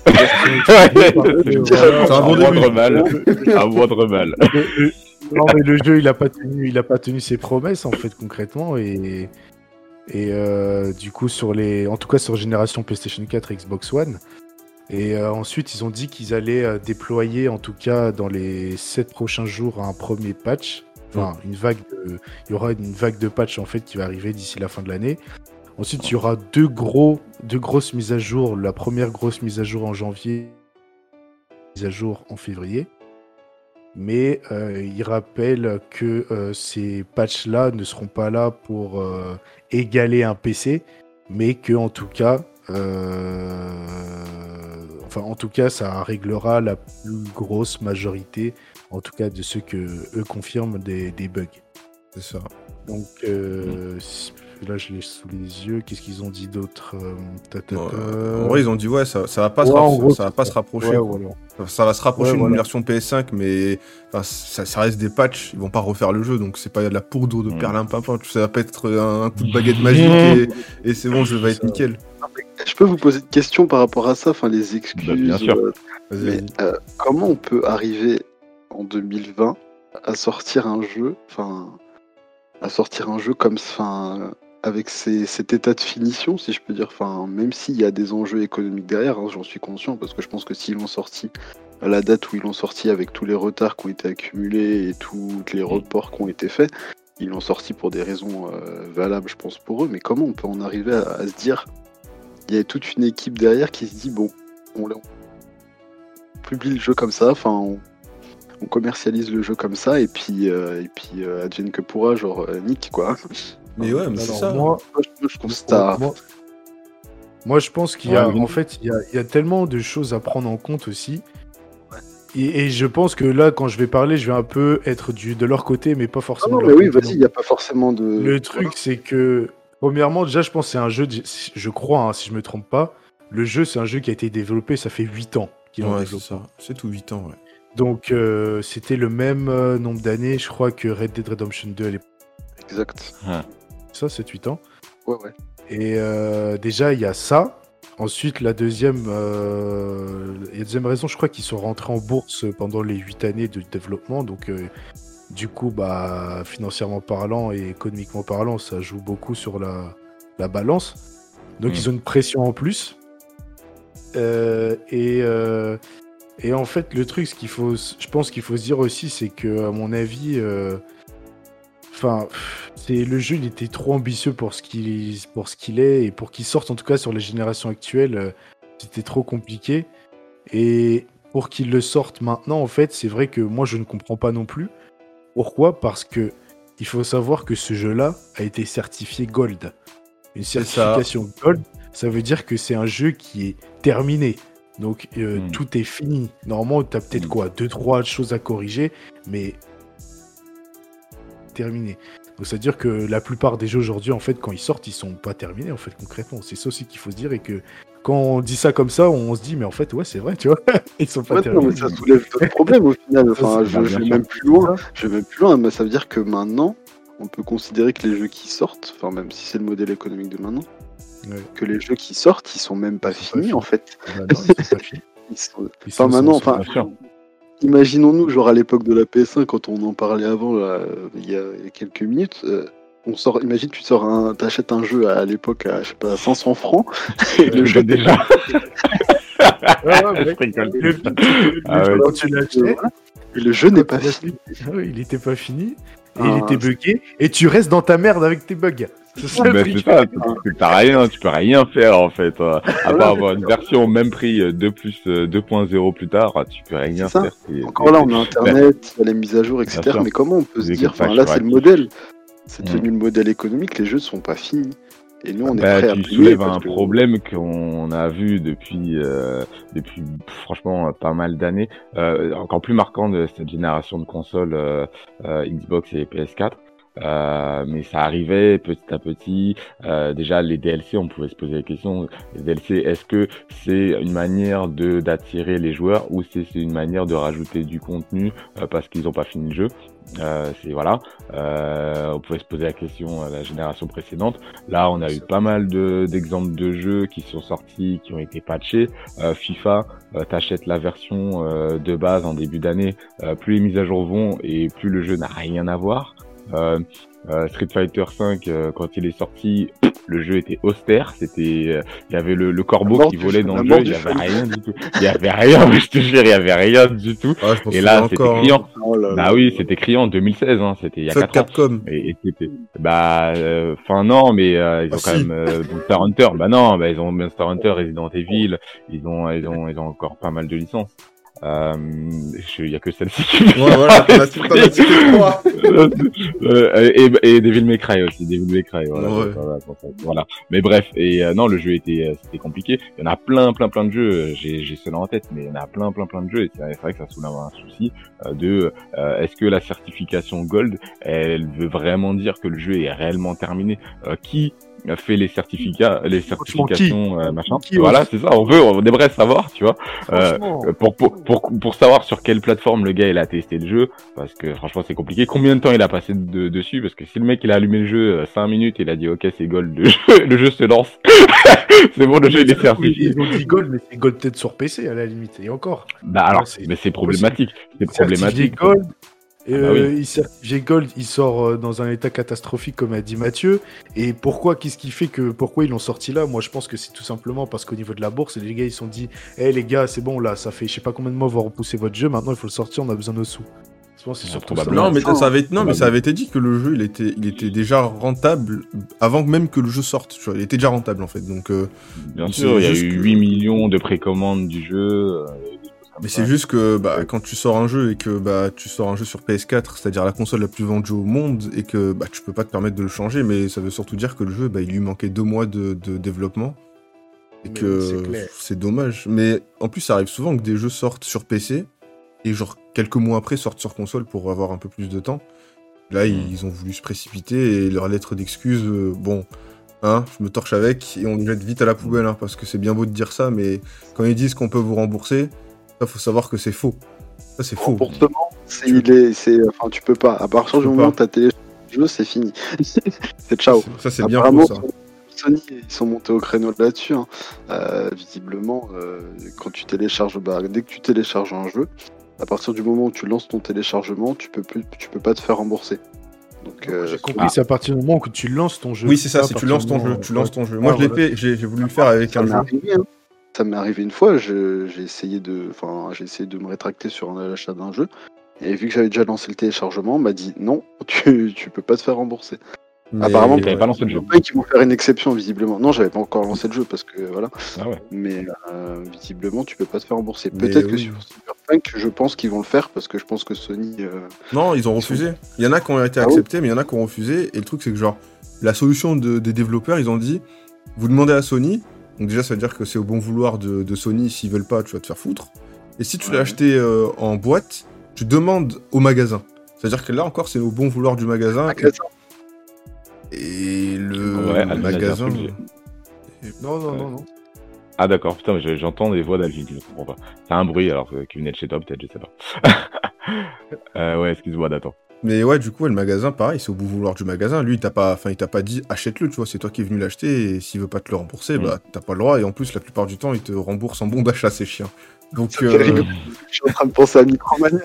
C'est un bon début. moindre mal. Un moindre mal. Non, mais le jeu, il a pas tenu ses promesses en fait concrètement et du coup en tout cas sur génération PlayStation 4 et Xbox One. Et ensuite, ils ont dit qu'ils allaient déployer, en tout cas dans les 7 prochains jours, un premier patch. Enfin, il y aura une vague de patch en fait qui va arriver d'ici la fin de l'année. Ensuite, il y aura deux grosses mises à jour. La première grosse mise à jour en janvier, mise à jour en février. Mais il rappelle que ces patchs-là ne seront pas là pour égaler un PC, mais que en tout cas, ça réglera la plus grosse majorité, en tout cas de ceux que eux confirment des bugs. C'est ça. Donc là, je l'ai sous les yeux. Qu'est-ce qu'ils ont dit d'autre? En vrai, ils ont dit ouais, ça va pas Ouais, en gros, ça va pas se rapprocher. Ouais, quoi. voilà. Ça va se rapprocher Ouais, d'une voilà. version PS5, mais enfin, ça reste des patchs. Ils vont pas refaire le jeu, donc c'est pas de la poudre de perlimpinpin. Ça va pas être un coup de baguette magique et c'est bon, le jeu va être nickel. Je peux vous poser une question par rapport à ça, enfin les excuses. Bah, bien sûr. Vas-y, Mais vas-y. comment on peut arriver en 2020 à sortir un jeu, comme, avec cet état de finition, si je peux dire, même s'il y a des enjeux économiques derrière, hein, j'en suis conscient, parce que je pense que s'ils l'ont sorti à la date où ils l'ont sorti, avec tous les retards qui ont été accumulés et tous les reports qui ont été faits, ils l'ont sorti pour des raisons valables, je pense, pour eux. Mais comment on peut en arriver à se dire, il y a toute une équipe derrière qui se dit, bon, on publie le jeu comme ça, on commercialise le jeu comme ça, et puis advienne que pourra, genre Nick, quoi. Mais ouais, mais c'est Alors, ça. moi, Je trouve ça. moi, je pense qu'il y a, Ouais, en fait, il y a tellement de choses à prendre en compte aussi. Et je pense que là, quand je vais parler, je vais un peu être de leur côté, mais pas Ah forcément non, de mais leur oui, côté. vas-y, il n'y a pas forcément de. Le truc, c'est que, premièrement, déjà, je pense que c'est un jeu, je crois, hein, si je me trompe pas, le jeu, c'est un jeu qui a été développé, ça fait 8 ans qu'il est en Ouais, c'est développement. ça. C'est tout 8 ans, ouais. Donc, c'était le même nombre d'années, je crois, que Red Dead Redemption 2 à l'époque. Exact. Ça, 7-8 ans. Ouais. Et déjà, il y a ça. Ensuite, la deuxième raison, je crois qu'ils sont rentrés en bourse pendant les 8 années de développement. Donc, du coup, financièrement parlant et économiquement parlant, ça joue beaucoup sur la balance. Donc, ils ont une pression en plus. Et en fait, le truc, je pense qu'il faut se dire aussi, c'est que, à mon avis, le jeu, il était trop ambitieux pour ce qu'il est, et pour qu'il sorte, en tout cas, sur les générations actuelles, c'était trop compliqué. Et pour qu'il le sorte maintenant, en fait, c'est vrai que moi, je ne comprends pas non plus. Pourquoi ? Parce que il faut savoir que ce jeu-là a été certifié Gold. Une certification Gold, ça veut dire que c'est un jeu qui est terminé. Donc, tout est fini. Normalement, tu as peut-être 2-3 choses à corriger, mais terminé. Donc, ça veut dire que la plupart des jeux aujourd'hui, en fait, quand ils sortent, ils sont pas terminés, en fait, concrètement. C'est ça aussi qu'il faut se dire, et que quand on dit ça comme ça, on se dit, mais en fait, ouais, c'est vrai, tu vois. Ils sont pas Ouais, non, mais terribles. ça soulève d'autres problèmes au final. Enfin, Ça, je vais même plus loin. Je vais même plus loin, mais ça veut dire que maintenant, on peut considérer que les jeux qui sortent, enfin, même si c'est le modèle économique de maintenant, Ouais. que les jeux qui sortent, ils sont même pas Ils sont pas finis finis. en fait. Bah non, ils sont pas finis. Ils sont... Ils Enfin, sont- maintenant, sont- enfin, Bien sûr. imaginons-nous, genre à l'époque de la PS1, quand on en parlait avant, là, il y a quelques minutes, imagine, t'achètes un jeu à l'époque à, je sais pas, 500 francs, et le jeu déjà. Ouais, ouais, Je mec. rigole. Le- Ah ouais. Quand tu l'achetais, et le jeu n'est pas fini. ah ouais, il était pas fini, et Ah, il était bugué, et tu restes dans ta merde avec tes bugs. C'est ça le Bah, truc. c'est ça, c'est que t'as rien, tu peux rien faire en fait. À part avoir une version au même prix 2.0 plus tard, tu peux rien C'est ça. faire. Encore là, on a Internet, il y a les mises à jour, etc. sûr. Mais comment on peut se Les dire, enfin patchs là, c'est le réactifs. modèle. C'est Mm. devenu le modèle économique, les jeux sont pas finis. Et nous, on est Bah, prêt à tu payer. soulèves parce un que- problème qu'on a vu depuis franchement pas mal d'années, encore plus marquant de cette génération de consoles Xbox et PS4. Mais ça arrivait petit à petit. Déjà les DLC, on pouvait se poser la question. Les DLC, est-ce que c'est une manière d'attirer les joueurs ou c'est une manière de rajouter du contenu parce qu'ils n'ont pas fini le jeu? C'est voilà. On pouvait se poser la question à la génération précédente. Là, on a eu pas mal d'exemples de jeux qui sont sortis, qui ont été patchés. FIFA, t'achètes la version de base en début d'année. Plus les mises à jour vont et plus le jeu n'a rien à voir. Street Fighter V, quand il est sorti, le jeu était austère. Il y avait le corbeau mort qui du volait feu, dans la le mort jeu. Il du y avait feu. rien du tout. Il y avait rien. Je te jure, il y avait rien du tout. Ah, je m'en Et là, souviens c'était encore, hein. criant. Oh là là. Bah oui, c'était criant en 2016. Hein. C'était il y a Fuck 4 ans. Capcom. Et c'était enfin non, mais ils ont Ah, quand si. même Monster Hunter. Bah non, bah ils ont Monster Hunter, Resident Evil. Ils ont encore pas mal de licences. Il y a que celle-ci qui me Ouais, voilà, t'en as cité 3. et Devil May Cry aussi, Devil May Cry, voilà, Ouais. voilà. Mais bref, non, le jeu c'était compliqué. Il y en a plein de jeux. J'ai cela en tête, mais il y en a plein de jeux. Et c'est vrai que ça soulève un souci est-ce que la certification Gold, elle veut vraiment dire que le jeu est réellement terminé? Qui fait les certifications machin? Qui Voilà, c'est ça. On aimerait savoir, tu vois. Franchement, Pour savoir sur quelle plateforme le gars il a testé le jeu, parce que franchement c'est compliqué. Combien de temps il a passé dessus? Parce que si le mec il a allumé le jeu 5 minutes, il a dit ok c'est gold, le jeu se lance. C'est bon, le jeu il est certifié. ils ont dit Gold, mais c'est Gold peut-être sur PC à la limite, et encore. Bah alors, Ouais, mais c'est problématique. C'est Certifié problématique. Gold. Et Ah bah oui. il certifié Gold, il sort dans un état catastrophique, comme a dit Mathieu. Et qu'est-ce qui fait pourquoi ils l'ont sorti là? Moi, je pense que c'est tout simplement parce qu'au niveau de la bourse, les gars, ils se sont dit, les gars, c'est bon, là, ça fait je sais pas combien de mois, on va repousser votre jeu, maintenant il faut le sortir, on a besoin de sous. Je pense que c'est Ah, surtout ça. probablement. Non, mais ça avait été dit que le jeu, il était déjà rentable avant même que le jeu sorte. Tu vois, il était déjà rentable en fait. Donc, Bien c'est sûr, il y a juste eu que- 8 millions de précommandes du jeu. mais c'est juste que quand tu sors un jeu et que tu sors un jeu sur PS4, c'est-à-dire la console la plus vendue au monde, et que tu peux pas te permettre de le changer, mais ça veut surtout dire que le jeu, il lui manquait 2 mois de développement. Et Mais que c'est clair. c'est dommage. Mais en plus, ça arrive souvent que des jeux sortent sur PC et genre quelques mois après sortent sur console pour avoir un peu plus de temps. Là, ils ont voulu se précipiter et leur lettre d'excuse, je me torche avec et on le jette vite à la poubelle, hein, parce que c'est bien beau de dire ça, mais quand ils disent qu'on peut vous rembourser, ça faut savoir que c'est faux. Ça c'est faux. Remboursement, enfin, tu peux pas. À partir Tu du peux moment où pas. tu as téléchargé le jeu, c'est fini. C'est ciao. Ça c'est bien Apparemment, faux ça. Sony, ils sont montés au créneau là-dessus. Hein. Visiblement, quand tu télécharges, dès que tu télécharges un jeu, à partir du moment où tu lances ton téléchargement, tu peux pas te faire rembourser. Donc, J'ai compris, c'est à partir du moment où tu lances ton jeu. Oui, c'est ça, Pas si à tu partir lances du ton moment jeu, où- tu lances ton jeu. Ouais, Moi je l'ai voilà. fait, j'ai voulu le faire avec ça un m'est jeu. arrivé. Hein. Ça m'est arrivé une fois. J'ai essayé de me rétracter sur un achat d'un jeu. Et vu que j'avais déjà lancé le téléchargement, on m'a dit non, tu peux pas te faire rembourser. Mais- Apparemment, Et t'avais pas lancé le jeu. Ils vont faire une exception visiblement. Non, j'avais pas encore lancé le jeu parce que voilà. Ah ouais. Mais visiblement, tu peux pas te faire rembourser. Mais Peut-être que oui. sur Cyberpunk, je pense qu'ils vont le faire parce que je pense que Sony. Non, ils ont refusé. Il y en a qui ont été acceptés, mais il y en a qui ont refusé. Et le truc, c'est que genre, la solution des développeurs, ils ont dit, vous demandez à Sony, donc déjà, ça veut dire que c'est au bon vouloir de Sony, s'ils veulent pas, tu vas te faire foutre. Et si tu l'as acheté en boîte, tu demandes au magasin. C'est-à-dire que là encore, c'est au bon vouloir du magasin. Et le Ouais, Alvin a magasin... dit un truc, Non. Ah d'accord, putain, mais j'entends des voix d'Alvin, je comprends pas. C'est un bruit alors qui venait de chez toi, peut-être, je sais pas. Ouais, excuse-moi d'attendre. Mais ouais, du coup, le magasin, pareil, c'est au bon vouloir du magasin. Lui, il t'a pas dit achète-le, tu vois, c'est toi qui es venu l'acheter et s'il veut pas te le rembourser, bah t'as pas le droit. Et en plus, la plupart du temps, il te rembourse en bon d'achat, c'est chiant. Donc, C'est terrible. Je suis en train de penser à Micromania.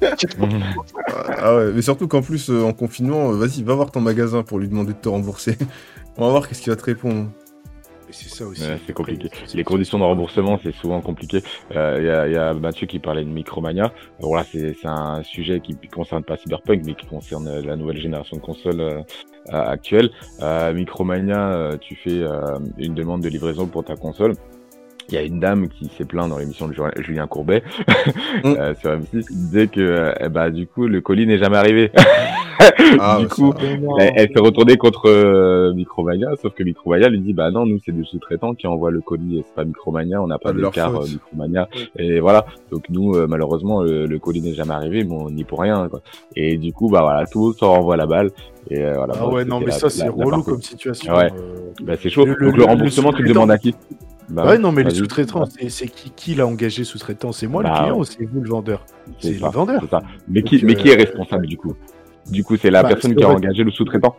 ah ouais, mais surtout qu'en plus, en confinement, vas-y, va voir ton magasin pour lui demander de te rembourser. On va voir qu'est-ce qu'il va te répondre. Et c'est ça aussi. Ouais, c'est compliqué. Après, Les conditions de remboursement, c'est souvent compliqué. Il y a Mathieu qui parlait de Micromania. Voilà, c'est un sujet qui concerne pas Cyberpunk, mais qui concerne la nouvelle génération de consoles actuelle. Micromania, tu fais une demande de livraison pour ta console. Il y a une dame qui s'est plainte dans l'émission de Julien Courbet sur M6, qui disait que bah du coup le colis n'est jamais arrivé. Ah, du ouais, coup, ça- elle s'est retournée contre Micromania, sauf que Micromania lui dit bah non, nous c'est des sous-traitants qui envoient le colis, et c'est pas Micromania, on n'a pas Pas de leur d'écart faute. Micromania, et voilà. Donc nous malheureusement le colis n'est jamais arrivé, mais on n'y pour rien quoi. Et du coup bah voilà, tout le monde s'en renvoie la balle. Et voilà. Ah bon, ouais, non, c'était mais ça, c'est la relou partie. comme situation. Ouais. Bah c'est chaud. Donc le remboursement, tu le sous-traitant- demandes à qui? Bah, Ouais, non, mais le vas-y. sous-traitant, c'est qui l'a engagé sous-traitant? C'est moi le Bah, client ouais. ou c'est vous le vendeur? C'est ça, le vendeur. c'est ça. Mais Donc, qui est responsable du coup? Du coup, c'est la Bah, personne c'est qui a vrai. engagé le sous-traitant.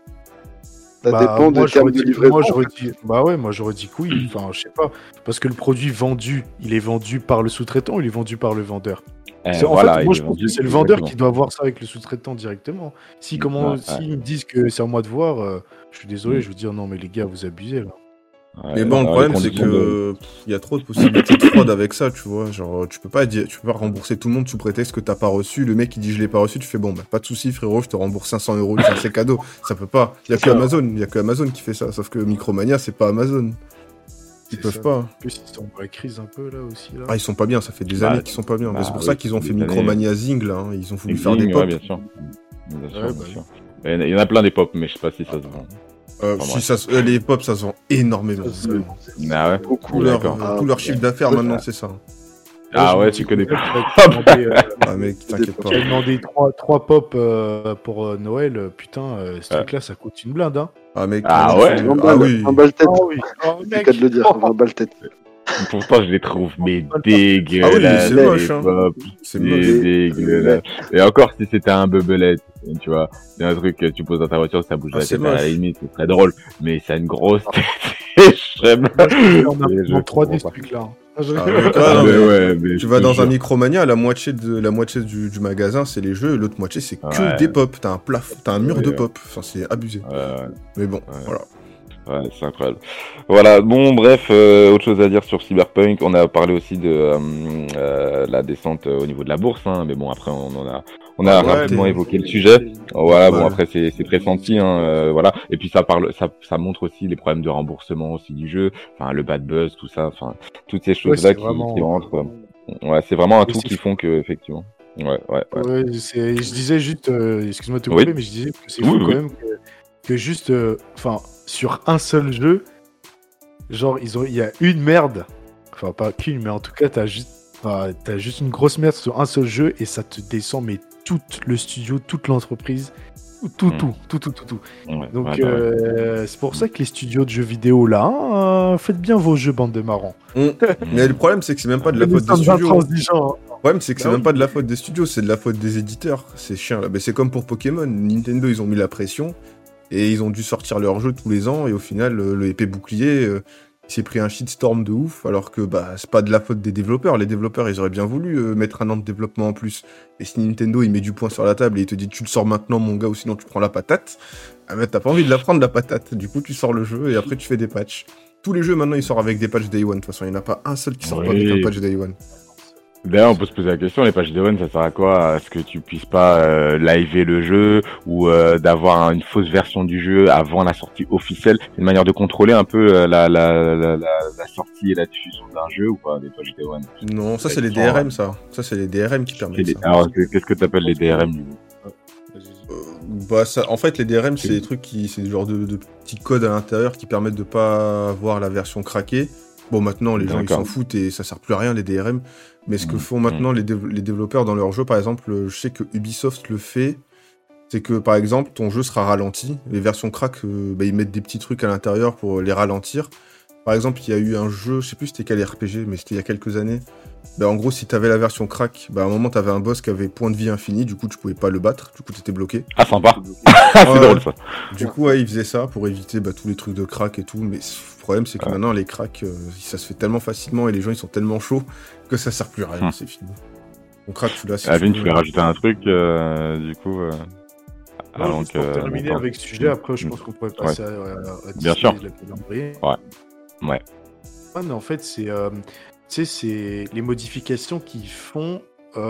Ça Bah, dépend moi, des termes de j'aurais dit- livraison. Moi, j'aurais dit, bah ouais, moi j'aurais dit que oui. Enfin, je sais pas, parce que le produit vendu, il est vendu par le sous-traitant ou il est vendu par le vendeur? En Voilà, fait, il moi est je pense vendu, que c'est le vendeur exactement. qui doit voir ça avec le sous-traitant directement. S'ils Ouais. me disent que c'est à moi de voir, je suis désolé, je veux dire non, mais les gars, vous abusez là. Ouais, Mais bon, le les problème, c'est conditions de- que il y a trop de possibilités de fraude avec ça, tu vois. Genre, tu peux pas rembourser tout le monde sous prétexte que t'as pas reçu. Le mec, il dit je l'ai pas reçu, tu fais bon, bah, pas de souci, frérot, je te rembourse 500 €, tiens, c'est cadeau. Ça peut pas. Il y a que Amazon qui fait ça. Sauf que Micromania, c'est pas Amazon. Ils C'est peuvent ça. pas. En plus, ils sont dans la crise un peu là aussi. Là. Ah, ils sont pas bien, ça fait des Bah, années qu'ils sont pas bien. Mais c'est pour oui, ça qu'ils ont des fait années. Micromania Zing, là. Hein. Ils ont voulu faire des Zing, pop. ouais, bien sûr. Bien sûr, Ouais, bien bah sûr. Mais il y en a plein des pop, mais je sais pas si ça se vend. Si bref. les pop, ça se vend énormément. Ah ouais. Beaucoup. Tout leur, D'accord. tout leur chiffre d'affaires, maintenant, c'est ça. Ah ouais, j'ai tu mon connais petit pas. cousin qui m'a demandé, Ah, mec, t'inquiète pas. J'avais demandé 3 pop pour Noël. Putain, ce Ouais. truc-là, ça coûte une blinde. Hein. Ah, mec. Ah moi, ouais. c'est- 20 Ah balles, oui. 20 balles tête. Oh oui, oh, C'est le mec. cas de le dire, 20 balles tête. Pourtant, je les trouve mais Ah oui, dégueulasses. c'est les moche, hein. pop, C'est c'est moche. dégueulasse. Et encore, si c'était un bubelette, tu vois, c'est un truc que tu poses dans ta voiture, ça bouge Ah, la c'est tête à la moche. limite, c'est très drôle. Mais ça a une grosse tête. Je serais mal. On a Et je en 3D ce comprends pas. truc-là. hein. Ah, mec, Ah, non, mais mais ouais, mais tu je vas te dans un jure. Micromania, la moitié du magasin, c'est les jeux, et l'autre moitié, c'est que Ouais. des pop. T'as un plafond, t'as un mur Ouais, de ouais. pop. Enfin, c'est abusé. Mais bon, voilà. Ouais, c'est incroyable. Voilà, bon, bref, autre chose à dire sur Cyberpunk. On a parlé aussi de la descente au niveau de la bourse, hein, mais bon, après, on a Ouais, rapidement mais- évoqué le sujet. Voilà, bon, Ouais. après, c'est pressenti, hein, voilà. Et puis, ça montre aussi les problèmes de remboursement aussi du jeu, enfin, le bad buzz, tout ça, enfin, toutes ces choses-là c'est qui vraiment- rentrent. Ouais, c'est vraiment un Mais tout c'est qui font que, effectivement. Ouais. Ouais, je disais juste, excuse-moi de te Oui. couper, mais je disais que c'est Oui, fou oui. quand même que juste, enfin, sur un seul jeu, genre, il y a une merde, enfin, pas qu'une, mais en tout cas, t'as juste une grosse merde sur un seul jeu et ça te descend, mais tout le studio, toute l'entreprise, tout. Ouais, Donc, ouais, ouais. c'est pour ça que les studios de jeux vidéo là, faites bien vos jeux, bande de marrants. Mais le problème, c'est que c'est même pas de la Nous faute des sommes studios. intransigeants, hein. Le problème, c'est que c'est Bah même oui. pas de la faute des studios, c'est de la faute des éditeurs. C'est chiant, là. Mais c'est comme pour Pokémon. Nintendo, ils ont mis la pression et ils ont dû sortir leur jeu tous les ans. Et au final, le épée bouclier, il s'est pris un shitstorm de ouf. Alors que bah, c'est pas de la faute des développeurs. Les développeurs, ils auraient bien voulu mettre un an de développement en plus. Et si Nintendo, il met du poing sur la table et il te dit tu le sors maintenant, mon gars, ou sinon tu prends la patate, ah bah, t'as pas envie de la prendre, la patate. Du coup, tu sors le jeu et après, tu fais des patchs. Tous les jeux maintenant, ils sortent avec des patchs Day One. De toute façon, il n'y en a pas un seul qui sort pas avec Oui. un patch Day One. D'ailleurs, on peut se poser la question, les patchs de run, ça sert à quoi? À ce que tu puisses pas liver le jeu ou d'avoir une fausse version du jeu avant la sortie officielle? C'est une manière de contrôler un peu la sortie et la diffusion d'un jeu ou pas, des patchs de run? Non, ça c'est les Exactement, DRM, ça. Ça c'est les DRM qui permettent ça. Alors, qu'est-ce que t'appelles les DRM du coup? Bah ça, en fait, les DRM, c'est des trucs c'est du genre de petits codes à l'intérieur qui permettent de pas avoir la version craquée. Bon, maintenant, les gens ils D'accord. s'en foutent et ça sert plus à rien les DRM. Mais ce que font maintenant les développeurs dans leurs jeux, par exemple, je sais que Ubisoft le fait. C'est que par exemple, ton jeu sera ralenti. Les versions crack, ils mettent des petits trucs à l'intérieur pour les ralentir. Par exemple, il y a eu un jeu, je sais plus c'était quel RPG, mais c'était il y a quelques années. Bah, en gros, si t'avais la version crack, bah, à un moment, t'avais un boss qui avait point de vie infini, du coup, tu pouvais pas le battre, du coup, t'étais bloqué. Ah, sympa. C'est Ouais. drôle ça. Du coup, ouais, ils faisaient ça pour éviter tous les trucs de crack et tout, mais le problème, c'est que Ouais. maintenant, les cracks, ça se fait tellement facilement et les gens, ils sont tellement chauds que ça sert plus à rien, c'est fini. On craque, tu l'as, si Alvin, tu tu veux. voulais rajouter un truc, du coup. Non, Avant juste pour que. terminer avec ce sujet, après, je pense qu'on pourrait passer à Bien Disney sûr. et la calendrier. Ouais. Ouais, mais en fait, tu sais, c'est les modifications qu'ils font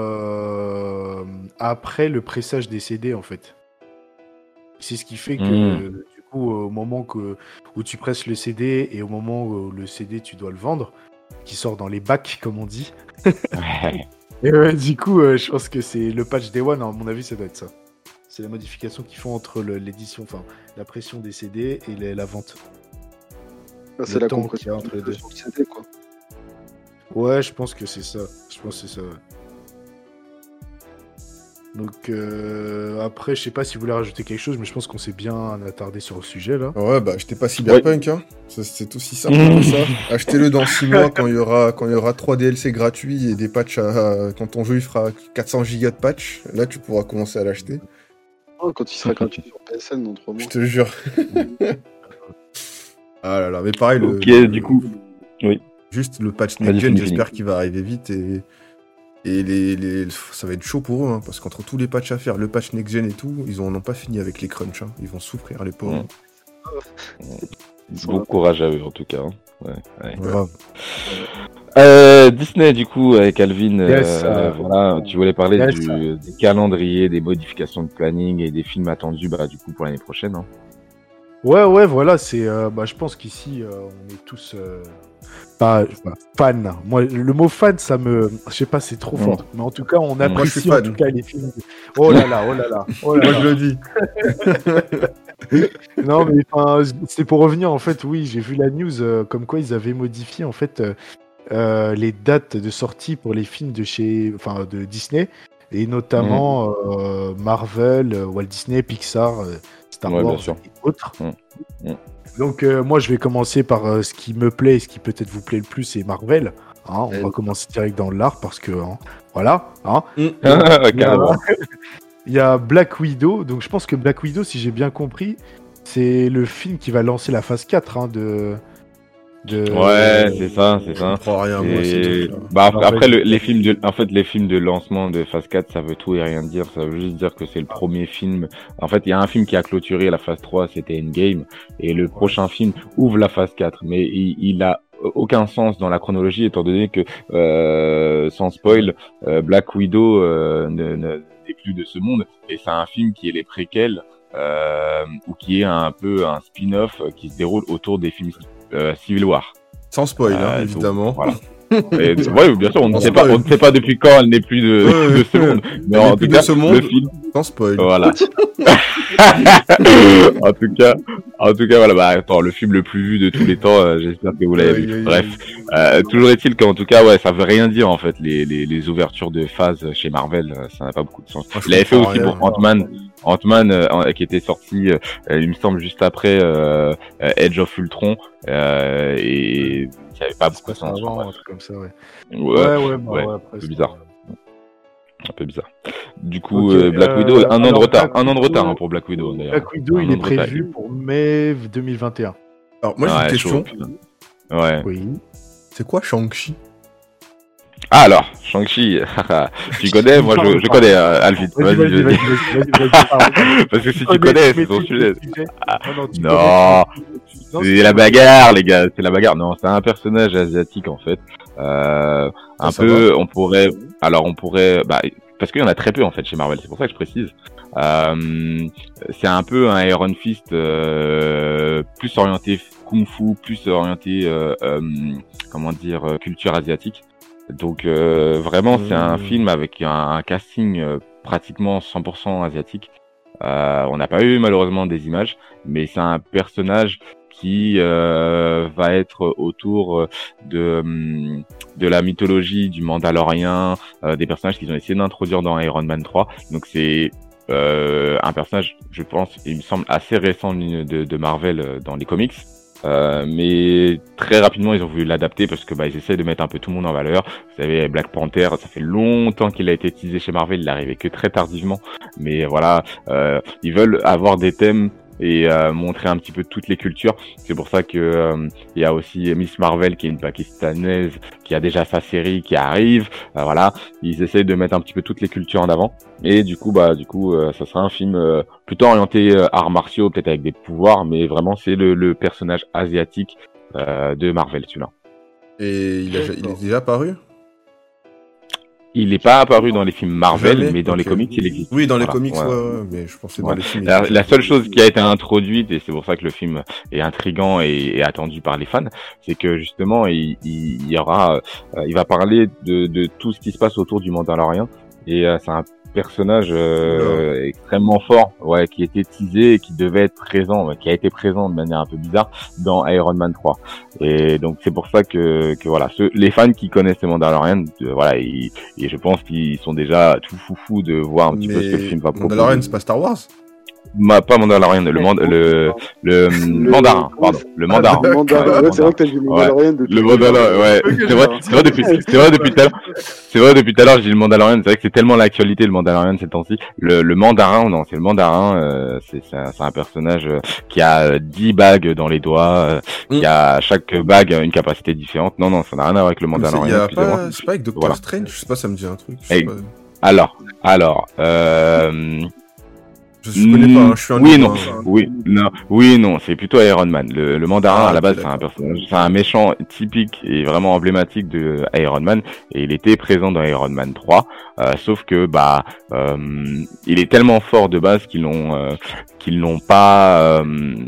après le pressage des CD, en fait. C'est ce qui fait que, du coup, au moment où tu presses le CD et au moment où le CD, tu dois le vendre, qui sort dans les bacs, comme on dit. Ouais. Et ouais, du coup, je pense que c'est le patch Day One, à mon avis, ça doit être ça. C'est la modification qu'ils font entre l'édition, enfin, la pression des CD et la vente. Ah, c'est la temps qu'il y a compression entre les deux. sur le CD, quoi. Ouais, je pense que c'est ça. Je pense que c'est ça, ouais. Donc, après, je sais pas si vous voulez rajouter quelque chose, mais je pense qu'on s'est bien attardé sur le sujet, là. Ouais, bah, achetez pas Cyberpunk, hein. C'est aussi simple que ça. Achetez-le dans 6 mois quand il y aura 3 DLC gratuits et des patchs quand ton jeu il fera 400 gigas de patch. Là, tu pourras commencer à l'acheter. Oh, quand il sera gratuit sur PSN dans 3 mois. Je te jure. Ah là là, mais pareil, Ok, du coup. Oui. juste le patch Vas-y, next gen, fini. j'espère qu'il va arriver vite et ça va être chaud pour eux, hein, parce qu'entre tous les patchs à faire, le patch next gen et tout, ils n'ont pas fini avec les crunchs, hein. Ils vont souffrir les pauvres. Bon courage à eux en tout cas. Hein. Ouais. Ouais. Grave. Disney du coup avec Alvin, Yes, voilà, tu voulais parler yes. du calendrier, des modifications de planning et des films attendus du coup pour l'année prochaine. Hein. Ouais, voilà, c'est. Je pense qu'ici, on est tous pas fans. Moi, le mot fan, ça me. Je sais pas, c'est trop fort. Mais en tout cas, on Moi, je apprécie suis en fan. tout cas les films. Oh là là. Moi, je le dis. Non, mais enfin, c'est pour revenir en fait. Oui, j'ai vu la news comme quoi ils avaient modifié en fait les dates de sortie pour les films de Disney et notamment Marvel, Walt Disney, Pixar, Star Ouais, bien Wars sûr. et autres. Mm. Donc moi, je vais commencer par ce qui me plaît et ce qui peut-être vous plaît le plus, c'est Marvel. Hein, on va commencer direct dans l'art parce que voilà. Hein. Carrément. Il y a Black Widow, donc je pense que Black Widow, si j'ai bien compris, c'est le film qui va lancer la phase 4 hein, de... Ouais, c'est ça. Je comprends rien, moi, ces Et... trucs-là. après les films de lancement de phase 4, ça veut tout et rien dire. Ça veut juste dire que c'est le premier film. En fait, il y a un film qui a clôturé la phase 3, c'était Endgame, et le prochain film ouvre la phase 4, mais il a aucun sens dans la chronologie étant donné que sans spoil, Black Widow n'est plus de ce monde, et c'est un film qui est les préquels ou qui est un peu un spin-off qui se déroule autour des films Civil War. Sans spoil, hein, Donc, évidemment. voilà. Et, ouais, bien sûr, on ne Sans sait pas, spoil. on ne sait pas depuis quand elle n'est plus de ce monde. Mais Elle n'est en plus tout de cas, ce monde. le film, Sans spoil. voilà. en tout cas, voilà. Bah, attends, le film le plus vu de tous les temps. J'espère que vous l'avez vu. Bref, toujours est-il qu'en tout cas, ouais, ça veut rien dire en fait les ouvertures de phase chez Marvel. Ça n'a pas beaucoup de sens. Moi, je Il l'avait fait comprends aussi rien. pour Ant-Man, qui était sorti, il me semble juste après Age of Ultron, et qui avait pas beaucoup de sens. Avant, Bref. un truc comme ça, ouais. Ouais, après, peu c'est- bizarre. Un peu bizarre. Du coup, Ok, Black Widow, un an de alors, retard, Black un an de Widow- retard hein, pour Black Widow d'ailleurs. Black Widow, Un il an est de retard. prévu pour mai 2021. Alors, moi, j'ai Ouais, une question. chaud, putain. Ouais. Oui. C'est quoi Shang-Chi? Ah alors, Shang-Chi, tu connais? Moi, je connais, Alvin. Vas-y. Vas-y. Parce que si tu connais, c'est ton sujet. tu Non, Non, c'est la bagarre, les gars. C'est la bagarre. Non, c'est un personnage asiatique en fait. Un ça peu, on pourrait, parce qu'il y en a très peu en fait chez Marvel. C'est pour ça que je précise. C'est un peu un Iron Fist plus orienté kung-fu, plus orienté culture asiatique. Donc vraiment, c'est un film avec un casting pratiquement 100% asiatique. On n'a pas eu malheureusement des images, mais c'est un personnage qui va être autour de la mythologie du Mandalorien, des personnages qu'ils ont essayé d'introduire dans Iron Man 3. Donc c'est un personnage, je pense, il me semble assez récent de Marvel dans les comics. mais très rapidement ils ont voulu l'adapter parce que ils essaient de mettre un peu tout le monde en valeur. Vous savez, Black Panther, ça fait longtemps qu'il a été teasé chez Marvel, il est arrivé que très tardivement, mais voilà, ils veulent avoir des thèmes et montrer un petit peu toutes les cultures. C'est pour ça que il y a aussi Miss Marvel qui est une pakistanaise qui a déjà sa série qui arrive. Voilà, ils essayent de mettre un petit peu toutes les cultures en avant. Et du coup, ça sera un film plutôt orienté arts martiaux, peut-être avec des pouvoirs, mais vraiment c'est le personnage asiatique de Marvel, celui-là. Et il est déjà apparu? Il n'est pas apparu dans les films Marvel, Jamais. mais dans les Ok. comics, il existe. Oui, dans les Voilà, comics, ouais. ouais, mais je pensais dans Ouais. les films. La seule chose qui a été introduite, et c'est pour ça que le film est intriguant et attendu par les fans, c'est que justement, il y aura, il va parler de tout ce qui se passe autour du Mandalorian, et c'est un personnage extrêmement fort, ouais, qui était teasé et qui devait être présent, qui a été présent de manière un peu bizarre dans Iron Man 3. Et donc c'est pour ça que voilà, les fans qui connaissent le Mandalorian, voilà, et je pense qu'ils sont déjà tout foufou de voir un petit peu ce que le film va proposer. Mandalorian, c'est pas Star Wars? Pas Mandalorian, le mandarin, pardon, le mandarin. Le Mandalorian, ouais, c'est vrai que t'as dit le Mandalorian depuis. Le Mandalorian, ouais, c'est vrai depuis tout à l'heure, je dis le Mandalorian, c'est vrai que c'est tellement l'actualité, le Mandalorian, ces temps-ci. Le mandarin, non, c'est le mandarin, c'est un personnage qui a 10 bagues dans les doigts, qui a chaque bague une capacité différente. Non, ça n'a rien à voir avec le Mandalorian, excusez-moi. C'est pas avec Doctor Voilà. Strange? Je sais pas, ça me dit un truc. Hey. Alors, je connais pas, hein, je suis un oui, nouveau, non, non, c'est plutôt Iron Man. Le mandarin, à la base, c'est un personnage, c'est un méchant typique et vraiment emblématique de Iron Man, et il était présent dans Iron Man 3, sauf que, il est tellement fort de base qu'ils l'ont pas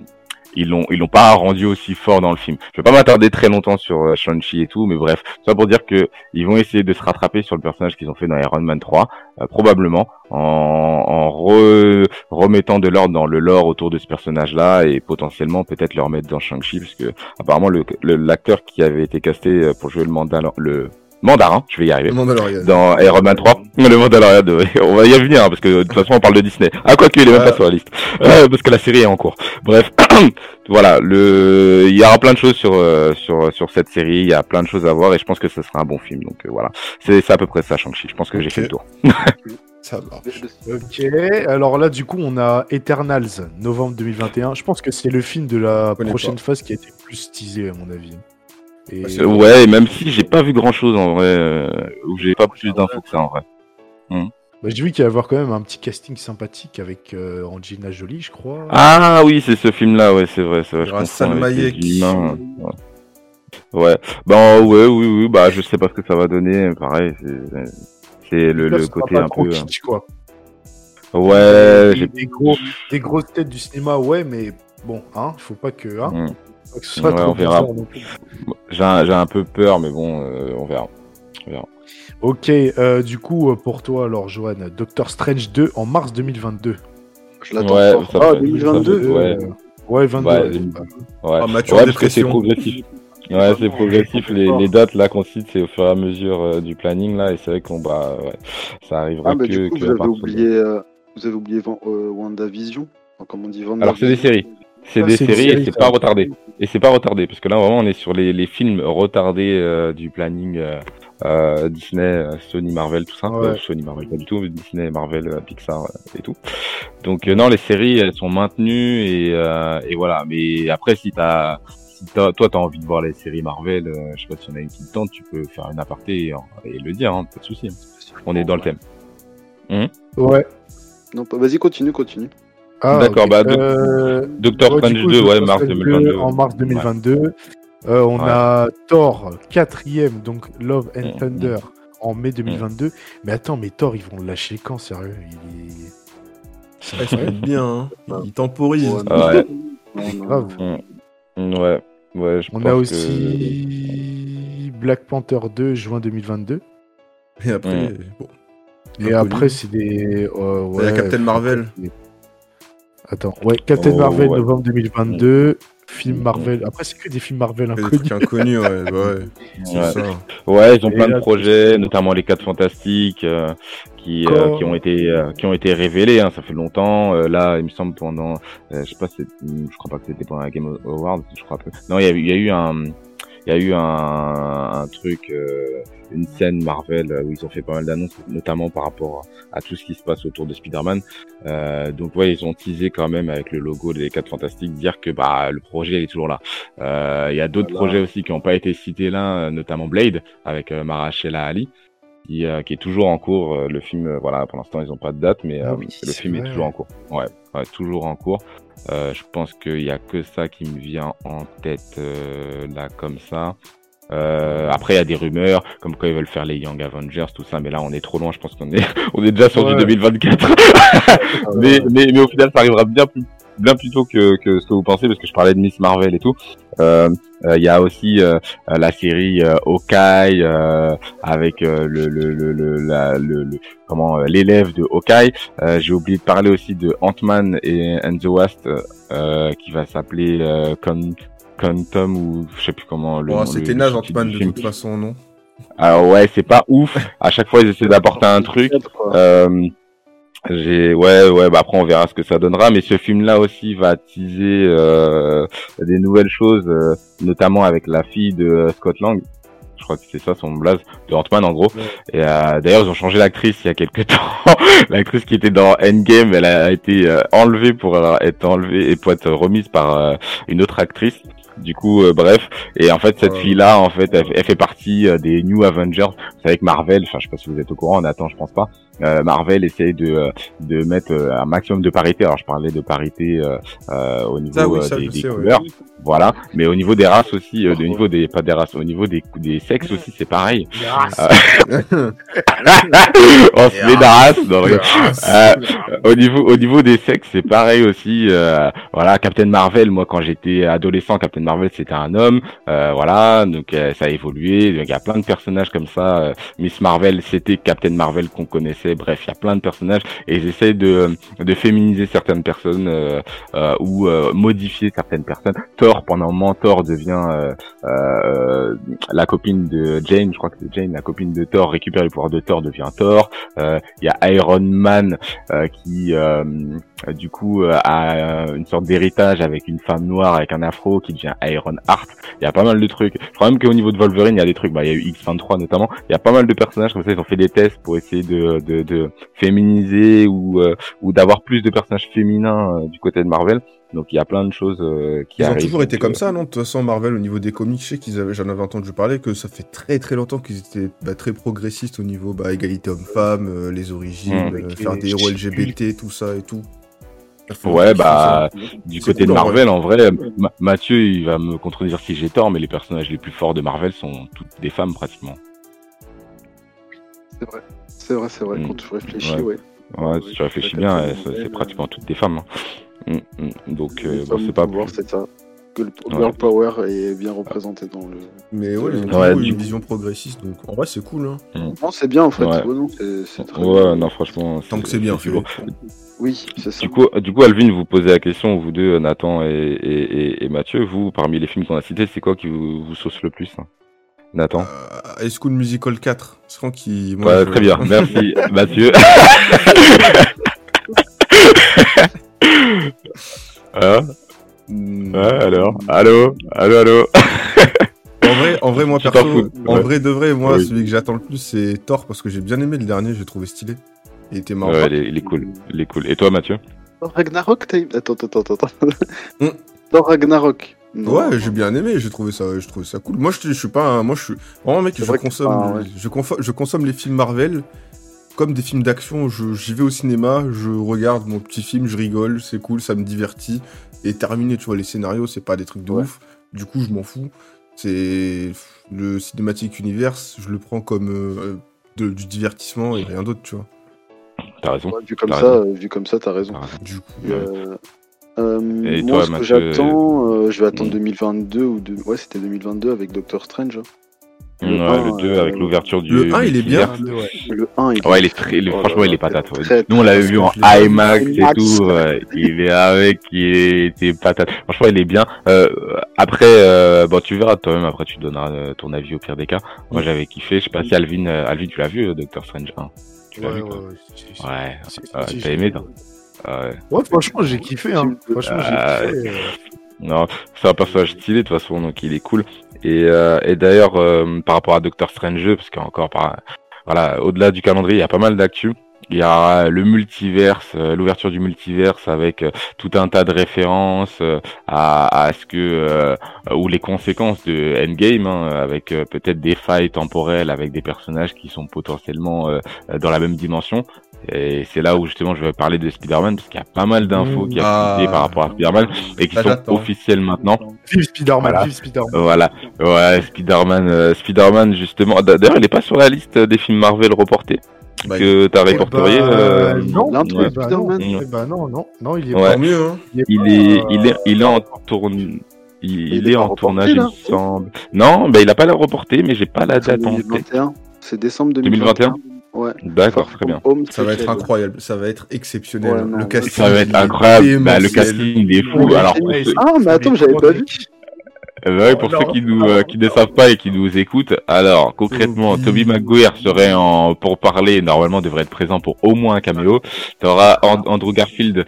rendu aussi fort dans le film. Je vais pas m'attarder très longtemps sur Shang-Chi et tout, mais bref, ça pour dire que ils vont essayer de se rattraper sur le personnage qu'ils ont fait dans Iron Man 3, probablement en remettant de l'ordre dans le lore autour de ce personnage-là, et potentiellement peut-être le remettre dans Shang-Chi, parce que apparemment l'acteur qui avait été casté pour jouer le mandarin, je vais y arriver, Le Mandalorian. dans Iron Man 3, le Mandalorian, on va y venir, hein, parce que de toute façon on parle de Disney. Ah, quoique il est même pas sur la liste, parce que la série est en cours. Bref, voilà, il y aura plein de choses sur cette série, il y a plein de choses à voir, et je pense que ce sera un bon film, donc voilà. C'est à peu près ça, Shang-Chi, je pense que j'ai fait le tour. Ça marche. Ok, alors là, du coup, on a Eternals, novembre 2021. Je pense que c'est le film de la connais prochaine pas. phase qui a été plus teasé, à mon avis. Et... Ouais, même si j'ai pas vu grand chose en vrai, ou j'ai pas plus d'infos que ça en vrai. J'ai vu qu'il va y avoir quand même un petit casting sympathique avec Angelina Jolie, je crois. Ah oui, c'est ce film-là, ouais, c'est vrai, Il y je aura confonds Salma avec les Hayek. humains, ouais. Oui, je sais pas ce que ça va donner, pareil, c'est le Ça sera côté pas un trop peu... kitsch, quoi. Ouais, j'ai... Des grosses têtes du cinéma, ouais, mais bon, hein, faut pas que, faut que ce soit Ouais, trop on verra. bizarre non plus. J'ai un peu peur, mais bon, on verra. Ok, du coup, pour toi, alors, Johan, Doctor Strange 2 en mars 2022. Je l'attends Ouais, fort. ça Ah, fait- 2022. Ouais. Ouais, 22. Ouais, ouais. Ouais, Mature ouais, parce que c'est dépression. progressif. Ouais, c'est progressif. Les dates là qu'on cite, c'est au fur et à mesure du planning là, et c'est vrai qu'on ça arrivera Ah, mais que du coup, que vous à avez partir de- oublié, WandaVision. Enfin, comment on dit WandaVision. Alors c'est des séries. C'est Ah, des c'est des séries et séries, c'est ça. pas retardé. Et c'est pas retardé parce que là vraiment on est sur les films retardés du planning Disney, Sony, Marvel, tout ça. Ouais. Sony, Marvel pas du tout, mais Disney, Marvel, Pixar et tout. Donc non, les séries elles sont maintenues et voilà. Mais après si toi t'as envie de voir les séries Marvel, je sais pas si on a une qui te tente, tu peux faire une aparté et le dire, hein, pas de souci. On est dans le thème. Ouais. Non, vas-y, continue. Ah, D'accord, ok. bah, Doctor ouais, Strange du coup, 2, ouais, Doctor mars Strange 2022. en mars 2022. On Ouais. a Thor 4ème, donc Love and Mm, Thunder en mai 2022. Mais attends, mais Thor, ils vont le lâcher quand, sérieux? Ouais, ça va être bien, hein. Il temporise. Ouais. Non, Grave. Ouais, je On pense a que- aussi Black Panther 2, juin 2022. Et après, Mm. bon. Et Inconnu. après, c'est des. Il y a Captain Marvel. Attends, ouais, Captain Oh, Marvel, ouais. novembre 2022. films Marvel. Après, c'est que des films Marvel Des inconnus. trucs inconnus, ouais, bah ouais. C'est Ouais. ça. Ouais, ils ont Et plein de là, projets, notamment les 4 Fantastiques, qui Encore. qui ont été révélés. Hein, ça fait longtemps. Là, il me semble pendant, je sais pas, je crois pas que c'était pendant la Game Awards, je crois pas. Non, il y a eu un truc, une scène Marvel où ils ont fait pas mal d'annonces, notamment par rapport à tout ce qui se passe autour de Spider-Man. Donc ouais, ils ont teasé quand même avec le logo des 4 Fantastiques, dire que bah le projet est toujours là. Il y a d'autres Voilà. projets aussi qui n'ont pas été cités là, notamment Blade avec Marashella Ali. Qui est toujours en cours. Le film, voilà, pour l'instant, ils n'ont pas de date, mais Ah oui, le c'est film est vrai. toujours en cours. Ouais, toujours en cours. Je pense qu'il y a que ça qui me vient en tête là comme ça. Après, il y a des rumeurs, comme quoi ils veulent faire les Young Avengers, tout ça, mais là, on est trop loin. Je pense qu'on est, on est déjà sur du Ouais. 2024. mais au final, ça arrivera bien plus tôt que ce que vous pensez, parce que je parlais de Miss Marvel et tout. Il y a aussi la série Hawkeye avec l'élève de Hawkeye. J'ai oublié de parler aussi de Ant-Man and the Wasp qui va s'appeler Quantum ou je sais plus comment le Bon, nom, c'était le naze sous-titre Ant-Man du de film. toute façon, non? Alors ouais, c'est pas ouf. À chaque fois, ils essaient d'apporter un truc. Quoi. Bah après on verra ce que ça donnera, mais ce film-là aussi va teaser des nouvelles choses, notamment avec la fille de Scott Lang. Je crois que c'est ça son blaze de Ant-Man en gros. Ouais. Et d'ailleurs ils ont changé l'actrice il y a quelques temps. L'actrice qui était dans Endgame, elle a été enlevée pour être enlevée et pour être remise par une autre actrice. Du coup, bref, et en fait cette fille-là, en fait, elle fait partie des New Avengers. Vous savez que Marvel, enfin je sais pas si vous êtes au courant, Nathan, je pense pas. Marvel essaye de mettre un maximum de parité. Alors je parlais de parité au niveau Ça, oui, ça, je des sais, ouais. couleurs, voilà, mais au niveau des races aussi, au niveau des pas des races, au niveau des sexes aussi, c'est pareil. On se met de race, non, au niveau des sexes, c'est pareil aussi. Voilà, Captain Marvel, moi quand j'étais adolescent, Captain Marvel c'était un homme. Voilà, donc ça a évolué. Il y a plein de personnages comme ça. Miss Marvel, c'était Captain Marvel qu'on connaissait. Bref, il y a plein de personnages et ils essayent de féminiser certaines personnes ou modifier certaines personnes. Thor, pendant un moment, Thor devient la copine de Jane. Je crois que c'est Jane, la copine de Thor, récupère les pouvoirs de Thor, devient Thor. Il y a Iron Man qui du coup a une sorte d'héritage avec une femme noire avec un afro qui devient Iron Heart. Il y a pas mal de trucs. Je crois même qu'au niveau de Wolverine, il y a des trucs. Bah, il y a eu X-23 notamment. Il y a pas mal de personnages comme ça. Ils ont fait des tests pour essayer de féminiser ou d'avoir plus de personnages féminins du côté de Marvel. Donc il y a plein de choses qui Ils ont arrivent. toujours été Donc, comme ça, non? De toute façon, Marvel, au niveau des comics, je sais j'en avais entendu parler, que ça fait très très longtemps qu'ils étaient très progressistes au niveau égalité homme-femme, les origines, faire des héros LGBT, tout ça et tout. Ouais, bah, du C'est côté cool, de en Marvel, en vrai, Mathieu, il va me contredire si j'ai tort, mais les personnages les plus forts de Marvel sont toutes des femmes, pratiquement. C'est vrai, Mm. quand tu réfléchis, Ouais. ouais. Ouais, si tu réfléchis bien, c'est pratiquement toutes des femmes. Hein. Donc, bon, c'est pas plus... C'est ça. Que le girl power est bien représenté dans le. Mais ouais, ils ont Ouais, toujours eu du une coup. vision progressiste, donc en vrai, c'est cool, hein. Non, c'est bien en fait. Ouais. Ouais, non, c'est très Ouais, bien. non, franchement... Tant que c'est bien fait. beau. Oui, c'est ça. Du coup, Alvin, vous posez la question, vous deux, Nathan et Mathieu, vous, parmi les films qu'on a cités, c'est quoi qui vous sauce le plus, hein Nathan? High School Musical 4, c'est franc qui... Ouais, très bien, merci, Mathieu. Hein ouais, alors allô. En vrai, moi, Tu t'en perso, fous, en ouais. vrai de vrai, moi, Oui. celui que j'attends le plus, c'est Thor, parce que j'ai bien aimé le dernier, j'ai trouvé stylé. Il était marrant. Ouais, il est cool, Et toi, Mathieu? Thor Ragnarok, Attends. Hmm. Thor Ragnarok. Non. Ouais, j'ai bien aimé, j'ai trouvé ça cool. Moi, je suis pas, moi, je suis vraiment mec, C'est vrai que je consomme les films Marvel comme des films d'action. J'y vais au cinéma, je regarde mon petit film, je rigole, c'est cool, ça me divertit. Et terminé, tu vois, les scénarios, c'est pas des trucs de ouf. Du coup, je m'en fous. C'est le Cinematic Universe, je le prends comme du divertissement et rien d'autre, tu vois. T'as raison. Ouais, vu comme ça, t'as raison. T'as raison. Du coup, Et Moi, toi, ce que Mathieu j'attends, je vais attendre Mm. 2022 ouais, c'était 2022 avec Doctor Strange. Ouais, le 2 avec l'ouverture du Le 1, il est bien. multivers. Le 1, Ouais, il est très, franchement, il est patate. Ouais. très, Nous, on l'avait parce vu que en je l'ai IMAX vu. et tout. Il est avec, il était patate. Franchement, il est bien. Après, bon, tu verras toi-même. Après, tu donneras ton avis au pire des cas. Moi, j'avais kiffé. Je sais pas si Alvin, tu l'as vu, Doctor Strange 1. Tu l'as vu, quoi. Ouais. T'as aimé, toi? Ouais. Ouais, franchement, j'ai kiffé. Hein. Franchement, j'ai kiffé. Non, c'est un personnage stylé de toute façon, donc il est cool. Et d'ailleurs, par rapport à Doctor Strange 2, parce qu'encore voilà, au-delà du calendrier, il y a pas mal d'actu. Il y a le multiverse, l'ouverture du multiverse avec tout un tas de références à ce que ou les conséquences de Endgame, hein, avec peut-être des failles temporelles avec des personnages qui sont potentiellement dans la même dimension. Et c'est là où justement je vais parler de Spider-Man parce qu'il y a pas mal d'infos qui a fuité par rapport à Spider-Man et qui Ça sont j'attends. officielles maintenant. Vive Spider-Man, Voilà. vive Spider-Man. Voilà, ouais, Spider-Man justement. D'ailleurs, il est pas sur la liste des films Marvel reportés Bah, que t'as répertorié. non, l'intro ouais. de Spider-Man. Non, il est Ouais. pas. Tant mieux, hein. Il est en tourne. Il est pas en tournage, reporté, il là, me semble. Non, bah il a pas l'air reporté, mais j'ai pas la date en tête. 2021. C'est décembre 2021. 2021. Ouais. D'accord, Far très bien. From Home, Ça va être spécial. incroyable, ça va être exceptionnel. Ouais, non, le casting, Ça va être il est incroyable. Bah, le démentiel. casting, il est fou. Ouais, Alors, c'est- pour ceux, Ah, mais attends, j'avais pas vu. ouais, pour Oh, ceux non. qui ne savent pas et qui nous écoutent, alors concrètement, Tobey Maguire serait pour parler, normalement devrait être présent pour au moins un caméo. T'auras Andrew Garfield,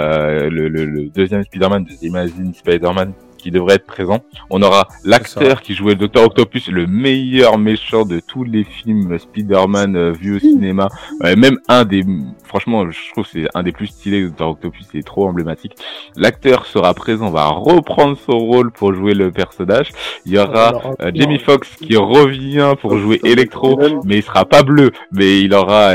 le deuxième Spider-Man de The Amazing Spider-Man, qui devrait être présent. On aura l'acteur qui jouait le Dr Octopus, le meilleur méchant de tous les films Spider-Man vus au cinéma. Même franchement, je trouve que c'est un des plus stylés de Dr Octopus, c'est trop emblématique. L'acteur sera présent, va reprendre son rôle pour jouer le personnage. Il y aura Jamie Foxx qui revient pour jouer Electro, mais il sera pas bleu, mais il aura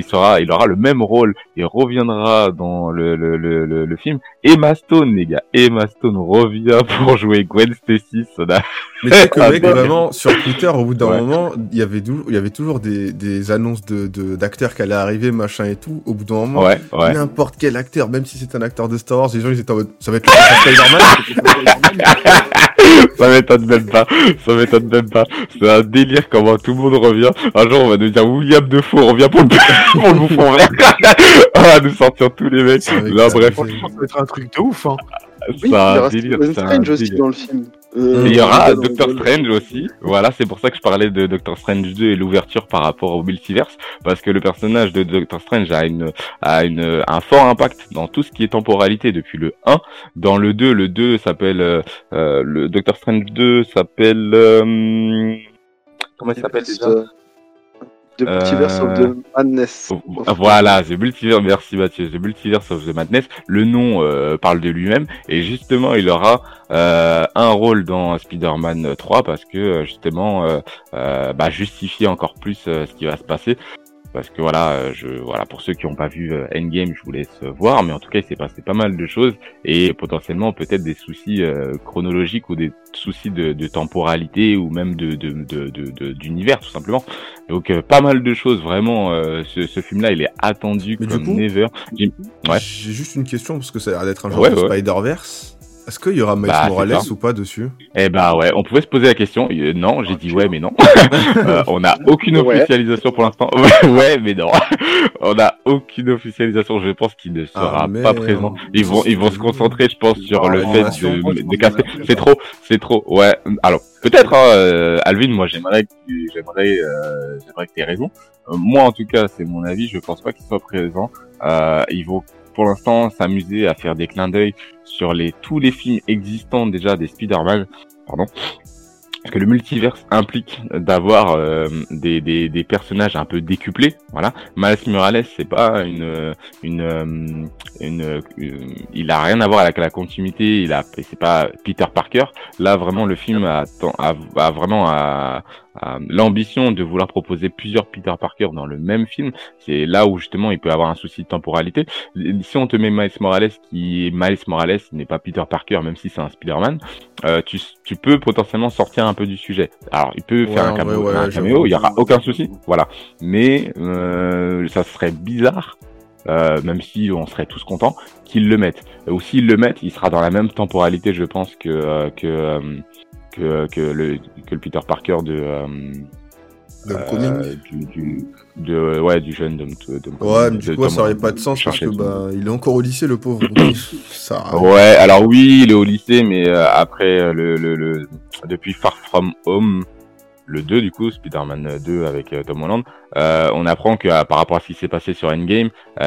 le même rôle. Il reviendra dans le film. Emma Stone, les gars, Emma Stone revient pour jouer Gwen Stacy. Mais tu sais que mec, Ah, vraiment, sur Twitter, au bout d'un Ouais. moment, il y avait toujours des annonces d'acteurs qui allaient arriver, machin et tout. Au bout d'un moment, Ouais. n'importe quel acteur, même si c'est un acteur de Star Wars, les gens ils étaient en mode, ça va être le prochain Spider-Man. Ça m'étonne même pas. C'est un délire comment tout le monde revient. Un jour, on va nous dire William Defoe revient pour le bouffon vert. On va nous sortir tous les mecs. Ça va être- Là, ça bref, va être- Ça va être un truc de ouf. Hein. Oui, c'est il y un aura délire. Stephen c'est un Strange aussi délire. dans le film. Et il y aura Doctor Strange aussi. Voilà, c'est pour ça que je parlais de Doctor Strange 2 et l'ouverture par rapport au multiverse, parce que le personnage de Doctor Strange a un fort impact dans tout ce qui est temporalité depuis le 1. Dans le 2 s'appelle le Doctor Strange 2 s'appelle comment il s'appelle déjà? The Multiverse of the Madness. Voilà, The Multiverse, merci Mathieu, The Multiverse of the Madness. Le nom parle de lui-même et justement il aura un rôle dans Spider-Man 3 parce que justement justifier encore plus ce qui va se passer. Parce que voilà, pour ceux qui n'ont pas vu Endgame, je vous laisse voir, mais en tout cas il s'est passé pas mal de choses et potentiellement peut-être des soucis chronologiques ou des soucis de temporalité ou même d'univers tout simplement. Donc pas mal de choses vraiment. Ce film-là, il est attendu Mais comme du coup, never. Ouais. J'ai juste une question parce que ça a l'air d'être un genre Ouais, de ouais. Spider-Verse. Est-ce qu'il y aura Miles Bah, c'est Morales ça. ou pas dessus? Eh bah ouais, on pouvait se poser la question. Non, j'ai dit ouais, mais non. On n'a aucune Ouais. officialisation pour l'instant. Ouais, mais non. On n'a aucune officialisation. Je pense qu'il ne sera Ah, pas merde. présent. Ils vont se concentrer, je pense, sur le fait l'animation, de caster. C'est trop. Ouais. Alors peut-être, Alvin. Moi, j'aimerais que t'aies raison. Moi, en tout cas, c'est mon avis. Je pense pas qu'il soit présent. Ils vont pour l'instant s'amuser à faire des clins d'œil sur tous les films existants déjà des Spider-Man, pardon. Parce que le multiverse implique d'avoir des personnages un peu décuplés, voilà. Miles Morales, c'est pas il a rien à voir avec la continuité, c'est pas Peter Parker. Là, vraiment, le film a vraiment l'ambition de vouloir proposer plusieurs Peter Parker dans le même film. C'est là où justement il peut avoir un souci de temporalité. Si on te met Miles Morales, il n'est pas Peter Parker, même si c'est un Spider-Man, tu peux potentiellement sortir un peu du sujet. Alors il peut faire un caméo, il y aura aucun souci, voilà. Mais ça serait bizarre. Même si on serait tous contents qu'ils le mettent. Ou s'ils le mettent, il sera dans la même temporalité, je pense, que que le Peter Parker du jeune de Ouais, mais du coup, ça aurait pas de sens parce que il est encore au lycée, le pauvre. Donc, ça... Ouais, alors oui, il est au lycée, mais après depuis Far From Home, le 2 du coup, Spider-Man 2 avec Tom Holland, on apprend que par rapport à ce qui s'est passé sur Endgame,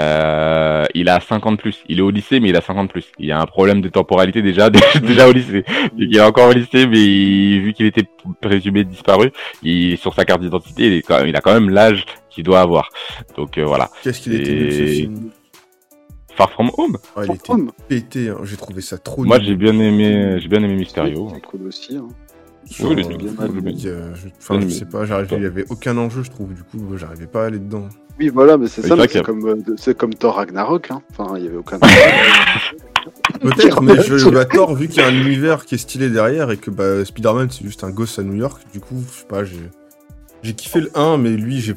il a 50 plus. Il est au lycée, mais il a 50 plus. Il y a un problème de temporalité déjà au lycée. Il est encore au lycée, mais vu qu'il était présumé disparu, sur sa carte d'identité, il a quand même l'âge qu'il doit avoir. Donc voilà. Qu'est-ce qu'il était nul ce film. Far From Home. Ouais, il était pété, hein. J'ai trouvé ça trop nul. Moi j'ai bien aimé Mysterio. C'est cool aussi. Hein. Oui, je sais pas, il y avait aucun enjeu, je trouve, du coup, j'arrivais pas à aller dedans. Oui, voilà, mais c'est ça, mais c'est comme Thor Ragnarok, hein. Enfin, il y avait aucun Peut-être, mais Thor, vu qu'il y a un univers qui est stylé derrière et que Spider-Man c'est juste un gosse à New York, du coup, je sais pas, j'ai kiffé le 1, mais lui, j'ai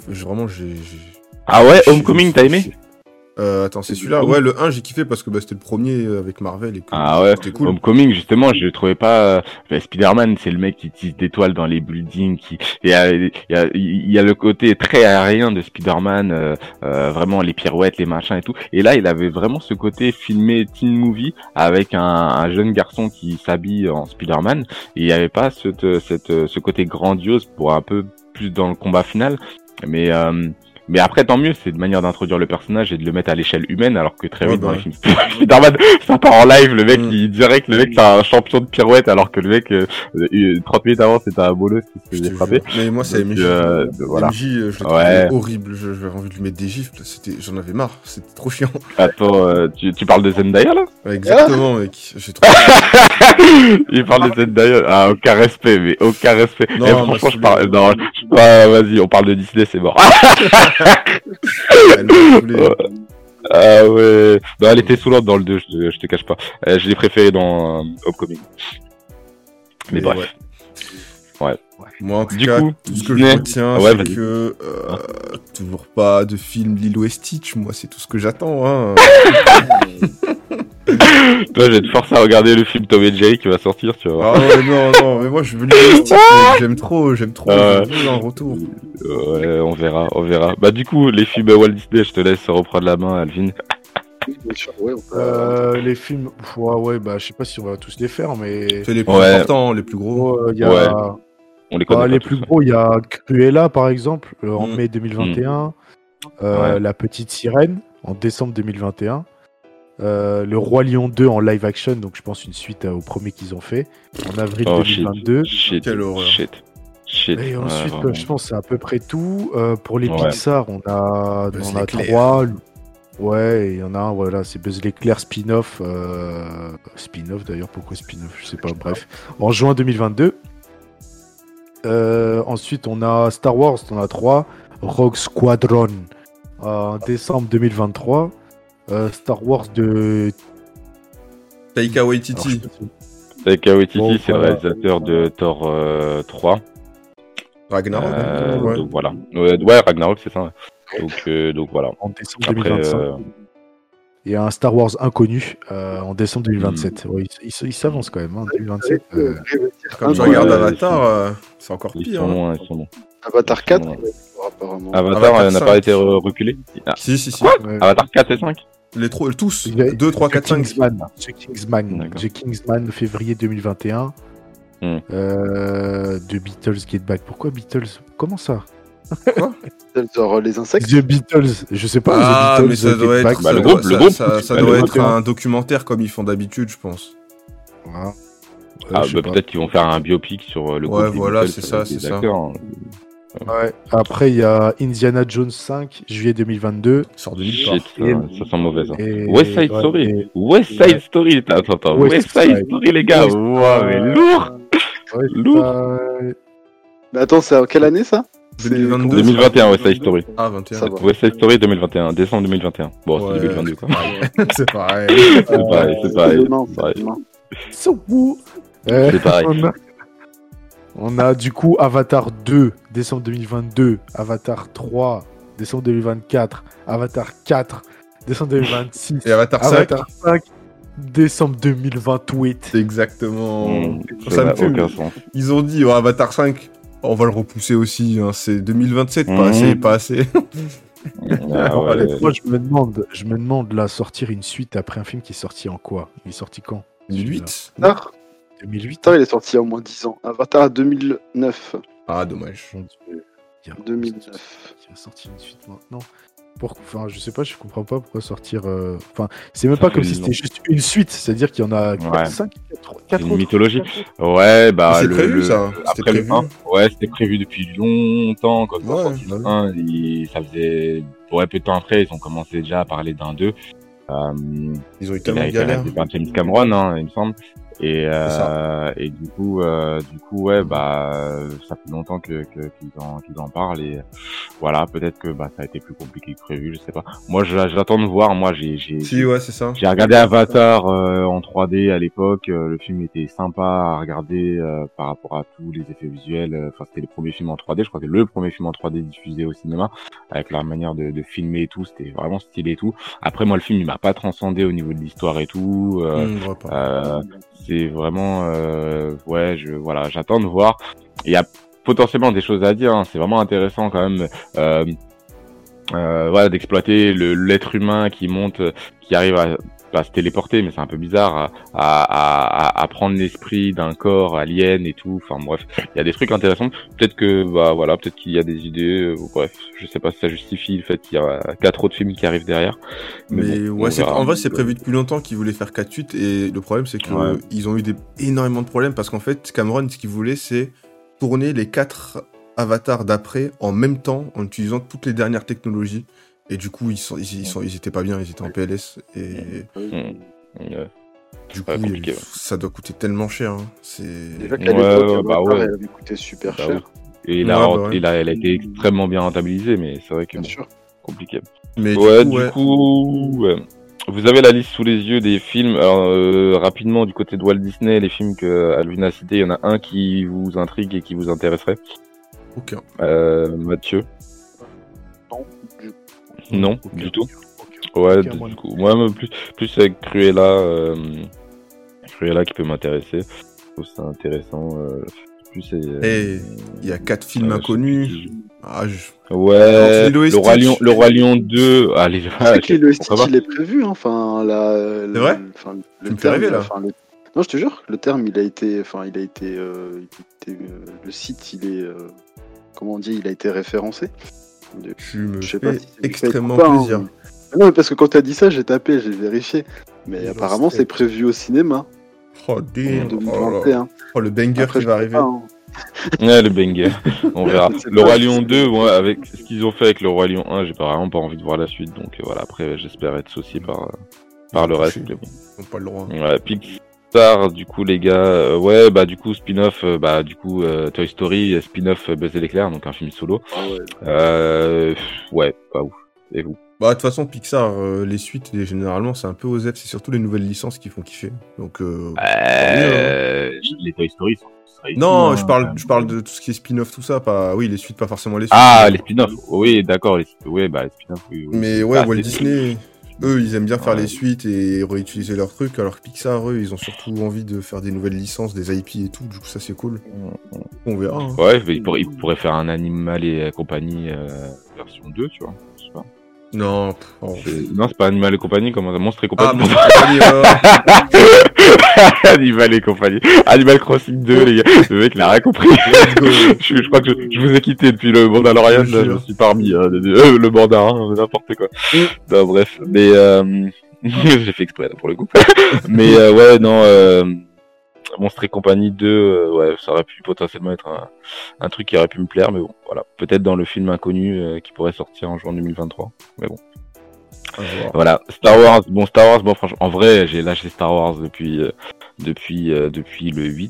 Ah ouais, Homecoming, t'as aimé? Attends, c'est celui-là. Ouais, le 1, j'ai kiffé parce que c'était le premier avec Marvel et que c'était cool. Homecoming, justement, je trouvais pas. Spider-Man, c'est le mec qui tisse des toiles dans les buildings. Il y a le côté très aérien de Spider-Man, vraiment les pirouettes, les machins et tout. Et là, il avait vraiment ce côté filmé teen movie avec un jeune garçon qui s'habille en Spider-Man. Et il n'y avait pas ce côté grandiose pour un peu plus dans le combat final. Mais après, tant mieux, c'est une manière d'introduire le personnage et de le mettre à l'échelle humaine, alors que très vite dans les films Spider-Man, ça part en live, le mec, il dirait que le mec c'est un champion de pirouette, alors que le mec, 30 minutes avant, c'était un bolos qui se faisait frapper. Mais moi, c'est MJ. Voilà. MJ, je le trouvais horrible, j'avais envie de lui mettre des gifles, j'en avais marre, c'était trop chiant. Attends, tu parles de Zendaya, là? Ouais, exactement, mec, j'ai trouvé... Il parle de Zendaya, ah, aucun respect, mais aucun respect. Non, franchement, je parle, non, vas-y, on parle de Disney, c'est mort. Ah ouais, non, elle était saoulante dans le 2, je te cache pas. Je l'ai préféré dans Homecoming. Mais bref. Ouais. Moi, en tout cas, tout ce que je retiens, c'est que toujours pas de film Lilo et Stitch. Moi, c'est tout ce que j'attends. Hein. Toi, je vais te forcer à regarder le film Tom et Jerry qui va sortir, tu vois. Ah ouais, non, mais moi, je veux Lilo et Stitch. J'aime trop. Je veux un retour. Ouais, on verra. Bah, du coup, les films Walt Disney, je te laisse reprendre la main, Alvin. Les films, je sais pas si on va tous les faire, mais c'est les plus importants, les plus gros. On les connaît les plus gros, il y a Cruella par exemple en mai 2021, La Petite Sirène en décembre 2021, Le Roi Lion 2 en live action, donc je pense une suite au premier qu'ils ont fait en avril 2022. Quelle horreur. Et ensuite, je pense que c'est à peu près tout. Pour les Pixar, on a 3. Ouais, il y en a un, voilà, c'est Buzz l'éclair spin-off. Spin-off d'ailleurs, pourquoi spin-off? Je sais pas, bref. En juin 2022. Ensuite, on a Star Wars, on a 3. Rogue Squadron en décembre 2023. Star Wars de Taika Waititi. Taika Waititi, c'est le réalisateur de Thor 3. Ragnarok. Donc voilà. Ouais, Ragnarok, c'est ça. Donc voilà. En décembre 2025. Il y a un Star Wars inconnu en décembre 2027. Ouais, il s'avance quand même, hein, 2027. Quand je regarde Avatar, c'est encore pire. Ils sont bons. Avatar 4 Avatar n'a pas été reculé. Si. Ouais. Avatar 4 et 5 tous. 2, 3, 4, 5. The Kingsman, février 2021. The Beatles Get Back. Pourquoi Beatles? Comment ça? Quoi? Genre les insectes? The Beatles, je sais pas. The Beatles, mais ça doit être, le groupe. Ça doit être un documentaire comme ils font d'habitude, je pense. Peut-être qu'ils vont faire un biopic sur le groupe. Ouais, voilà, c'est ça. Ouais. Après, il y a Indiana Jones 5, juillet 2022. Sort de nulle ça sent mauvais. West Side Story. West Side Story. Attends. West Side Story, les gars. Wow, mais lourd. Lourd. Mais attends, c'est en quelle année ça? 2021, West Side Story. Ah, 21. West Side Story 2021, décembre 2021. Bon, c'est 2022 quoi. C'est pareil. C'est pareil. C'est pareil. On a du coup Avatar 2, décembre 2022, Avatar 3, décembre 2024, Avatar 4, décembre 2026, et Avatar 5. Avatar 5, Décembre 2028. C'est exactement. Ça Ça me n'a fume. aucun sens. Ils ont dit, Avatar 5, on va le repousser aussi. Hein. C'est 2027, pas assez, pas assez. Ah ouais. Moi, je me demande là, sortir une suite après un film qui est sorti en quoi? Il est sorti quand? 2008. Avatar, 2008. Avatar, il est sorti il y a au moins 10 ans. Avatar 2009. Ah, dommage. Mon Dieu. Il y a- 2009. Il a sorti une suite maintenant. Enfin, je sais pas, je comprends pas pourquoi sortir. Enfin, c'est même pas comme si c'était juste une suite, c'est-à-dire qu'il y en a Ouais. 5, 4 C'est une mythologie. Ouais, bah C'est prévu, ça. C'était après le prévu. 1, ouais, c'était prévu depuis longtemps. Quand ils ont Ouais, sorti bah le oui. 1, ça faisait peu de temps après, ils ont commencé déjà à parler d'un 2. Ils ont eu Il tellement a de été galères. réalisé par James Cameron, hein, il me semble. Et ça. du coup, ouais, bah, ça fait longtemps qu'ils en parlent et voilà, peut-être que bah ça a été plus compliqué que prévu, je sais pas. Moi, j'attends de voir. Moi, Si, ouais, c'est ça. j'ai regardé Avatar en 3D à l'époque. Le film était sympa à regarder par rapport à tous les effets visuels. Enfin, c'était les premiers films en 3D. Je crois que c'est le premier film en 3D diffusé au cinéma avec leur manière de filmer et tout. C'était vraiment stylé et tout. Après, moi, le film, il m'a pas transcendé au niveau de l'histoire et tout. Je vois pas. C'est vraiment, ouais, voilà, j'attends de voir. Il y a potentiellement des choses à dire. Hein. C'est vraiment intéressant quand même. Voilà, d'exploiter l'être humain qui monte, qui arrive à pas se téléporter, mais c'est un peu bizarre, à prendre l'esprit d'un corps alien et tout. Enfin bref, il y a des trucs intéressants. Peut-être que bah voilà, peut-être qu'il y a des idées. Bref, je sais pas si ça justifie le fait qu'il y a 4 autres films qui arrivent derrière. Mais bon, ouais, on verra. en vrai, c'est prévu depuis longtemps qu'ils voulaient faire 4 suites et le problème, c'est qu'ils Ouais. ont eu énormément de problèmes parce qu'en fait, Cameron, ce qu'il voulait, c'est tourner les 4 avatars d'après en même temps en utilisant toutes les dernières technologies. Et du coup, ils étaient pas bien, ils étaient en PLS. Et Ouais. du coup, pas compliqué, ouais. ça doit coûter tellement cher. Hein. C'est... Déjà qu'à Ouais, l'époque, bah Avatar, ouais. elle avait coûté super Bah cher, Et Ouais, bah ouais. elle a été extrêmement bien rentabilisée, mais c'est vrai que bien bon, sûr. compliqué. Mais Ouais, du coup, ouais. ouais. Vous avez la liste sous les yeux des films. Alors, rapidement, du côté de Walt Disney, les films que Alvin a cités, il y en a un qui vous intrigue et qui vous intéresserait. Aucun. Mathieu? Non, Non, Aucun. du tout. Aucun. Ouais, Aucun, moi, du coup, moi, mais plus avec Cruella, Cruella qui peut m'intéresser. Je trouve ça intéressant. Plus Et il y a 4 films inconnus. Ah, Ouais, Alors, Lilo et Stitch. Le Roi Lion 2. Allez, Tu sais que Lilo et pourquoi Stitch, pas. il est prévu, hein. Enfin, C'est vrai le Tu me fais rêver, là. Non, je te jure, le terme, il a été, le site, il est, comment on dit, il a été référencé. Tu me Je sais pas fais si c'est extrêmement fait ou pas, hein. plaisir. Non, mais parce que quand t'as dit ça, j'ai tapé, j'ai vérifié. Mais Lilo apparemment, Stitch. c'est prévu au cinéma Oh, en damn. Oh, là là. 2021. Oh, le banger Après, qui je va sais arriver. pas, hein. Ouais, le banger. On verra. Je sais Le pas, Roi je Lion sais 2, pas. moi, avec ce qu'ils ont fait avec le Roi Lion 1, j'ai vraiment pas envie de voir la suite. Donc voilà, après, j'espère être saucé par le reste. Mais bon. Ils n'ont pas le droit. Ouais, Pixar, du coup, les gars, ouais, bah, du coup, spin-off, Toy Story, spin-off Buzz l'éclair, donc un film solo. Ah ouais. Ouais, pas ouf. Et vous? Bah, de toute façon, Pixar, les suites, généralement, c'est un peu aux F, c'est surtout les nouvelles licences qui font kiffer. Donc, Les Toy Story sont réussis, non, hein, je parle de tout ce qui est spin-off, tout ça, pas, oui, les suites, pas forcément les suites. Ah, les spin-offs. Oui, d'accord, les spin-offs, oui. Mais ouais, Ah, Walt c'est- Disney, eux, ils aiment bien faire Ouais. les suites et réutiliser leurs trucs, alors que Pixar, eux, ils ont surtout envie de faire des nouvelles licences, des IP et tout, du coup, ça, c'est cool. On verra. Hein. Ouais, mais il pourrait faire un Animal et compagnie version 2, tu vois. Je sais pas. Non, Non, c'est pas Animal et compagnie, comment ça? Monstre et Ah, compagnie. mais Animal et compagnie. Animal Crossing 2, les gars. Le mec, il a rien compris. let's go. Je crois que je vous ai quitté depuis le Mandalorian, Je là, je me suis parmi, le mandarin, n'importe quoi. Non, bref, mais j'ai fait exprès, là, pour le coup. Mais ouais, non, Monstre et compagnie 2, ouais, ça aurait pu potentiellement être un truc qui aurait pu me plaire, mais bon, voilà. Peut-être dans le film inconnu qui pourrait sortir en juin 2023, mais bon. À voir. Voilà, Star Wars, bon, franchement, en vrai, j'ai lâché Star Wars depuis le 8.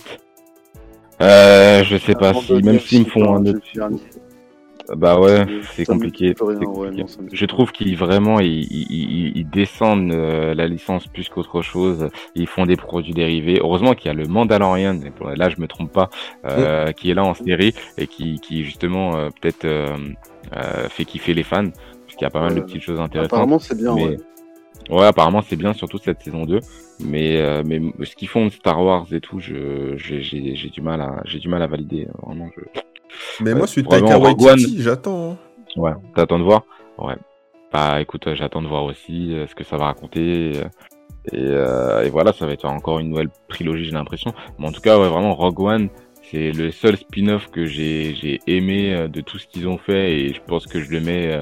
Je sais pas si, même s'ils me font un autre, bah ouais, c'est compliqué. C'est compliqué. Je trouve qu'ils vraiment ils descendent la licence plus qu'autre chose. Ils font des produits dérivés. Heureusement qu'il y a le Mandalorian, et là je me trompe pas, qui est là en série et qui justement peut-être fait kiffer les fans, parce qu'il y a pas mal de petites choses intéressantes. Apparemment, c'est bien, Mais ouais. Ouais, apparemment c'est bien, surtout cette saison 2. Mais ce qu'ils font de Star Wars et tout, j'ai du mal à valider. Vraiment, Mais moi, celui de vraiment, Taika Rogue One. Waititi, j'attends. Hein. Ouais, t'attends de voir? Ouais. Bah écoute, j'attends de voir aussi ce que ça va raconter. Et voilà, ça va être encore une nouvelle trilogie, j'ai l'impression. Mais en tout cas, ouais, vraiment, Rogue One, c'est le seul spin-off que j'ai aimé de tout ce qu'ils ont fait, et je pense que je le mets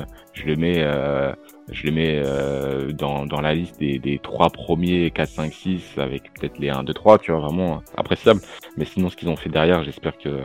dans la liste des 3 premiers, 4, 5, 6, avec peut-être les 1, 2, 3, tu vois, vraiment appréciable. Mais sinon, ce qu'ils ont fait derrière, j'espère que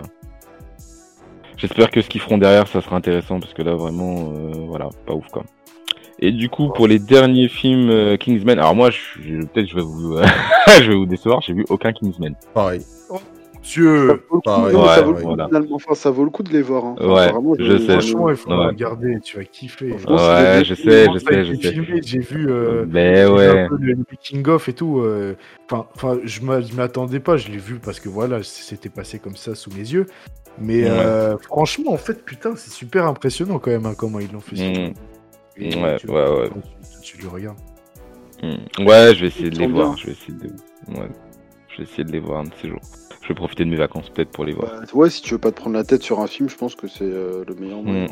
ce qu'ils feront derrière, ça sera intéressant, parce que là, vraiment, voilà, pas ouf, quoi. Et du coup, pour les derniers films Kingsman, alors moi, peut-être je vais vous, je vais vous décevoir, j'ai vu aucun Kingsman. Pareil. Dieu. Pareil. Non, mais ça vaut le Ouais, coup, voilà. finalement. Enfin, ça vaut le coup de les voir. Hein. Enfin, Ouais, vraiment, je sais. Franchement, il faut Ouais. regarder, tu vas kiffer. Franchement, c'est Ouais, des- je sais. Comment ça a été filmé, j'ai vu, Mais j'ai vu ouais. un peu le making of et tout. Enfin, je m'attendais pas, je l'ai vu parce que voilà, c'était passé comme ça sous mes yeux. Mais Ouais. franchement, en fait, putain, c'est super impressionnant quand même hein, comment ils l'ont fait. Mm. Et Ouais, tu, ouais. tu le regardes. Ouais, je vais essayer de Ils les sont voir. bien. Je vais essayer de les voir un de ces jours. Je vais profiter de mes vacances peut-être pour les voir. Bah, ouais, si tu veux pas te prendre la tête sur un film, je pense que c'est le meilleur moyen.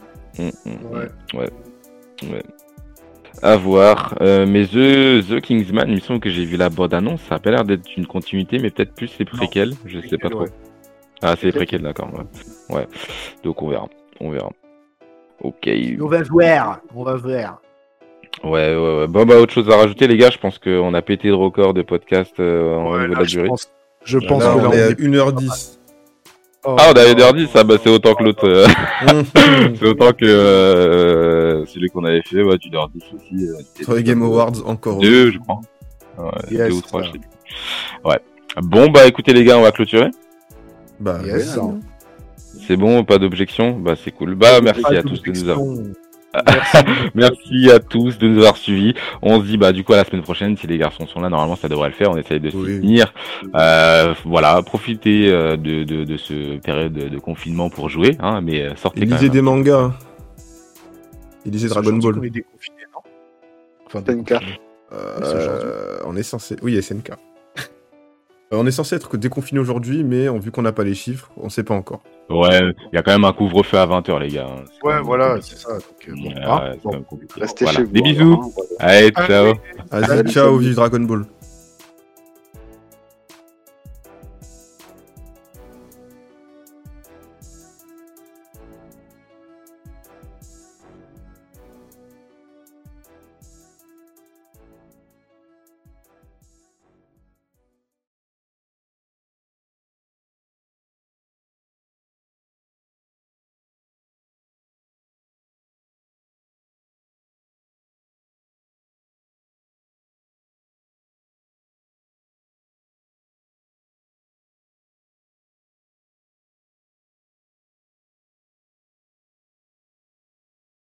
Ouais. À voir. Mais The Kingsman, il me semble que j'ai vu la bande-annonce. Ça a pas l'air d'être une continuité, mais peut-être plus les préquels. Je sais pas trop. Ouais. Ah, c'est les préquels, d'accord. Ouais. Donc on verra. Ok. On va voir. Ouais. Bon, bah, autre chose à rajouter, les gars. Je pense qu'on a pété le record de podcast en niveau de la durée. Je pense Là, que là, on est à est... 1h10. Oh, Ah, on avait 1h10, ça, bah, c'est autant que l'autre. Mmh. C'est autant que celui qu'on avait fait, ouais, du 1h10 aussi. Sur les Game Awards, encore. 2, je crois. Ouais, Yes, 2 ou 3, ça. je sais plus. Ouais. Bon, bah, écoutez, les gars, on va clôturer. Bah, Yes. ouais, C'est bon, pas d'objection. Bah, c'est cool. Bah, merci à tous de nous avoir. Merci à tous de nous avoir suivis. On se dit bah du coup à la semaine prochaine si les garçons sont là, normalement ça devrait le faire. On essaye de s'y Oui. tenir. Voilà, profitez de ce période de confinement pour jouer, hein, mais sortez Il quand lisait même. des mangas. Il lisait Dragon Ball. On est déconfiné, non Enfin, SNK. déconfiné. C'est aujourd'hui. On est censé. Oui, SNK. On est censé être déconfiné aujourd'hui, mais vu qu'on n'a pas les chiffres, on sait pas encore. Ouais, il y a quand même un couvre-feu à 20h les gars. hein. C'est quand Ouais, même voilà, compliqué. c'est ça. Donc, bon, Ouais, hein, c'est bon. quand même compliqué. Restez Voilà. chez vous. Des alors, bisous. hein, voilà. Allez, ciao. Vas-y, Salut, ciao, salut. vive Dragon Ball.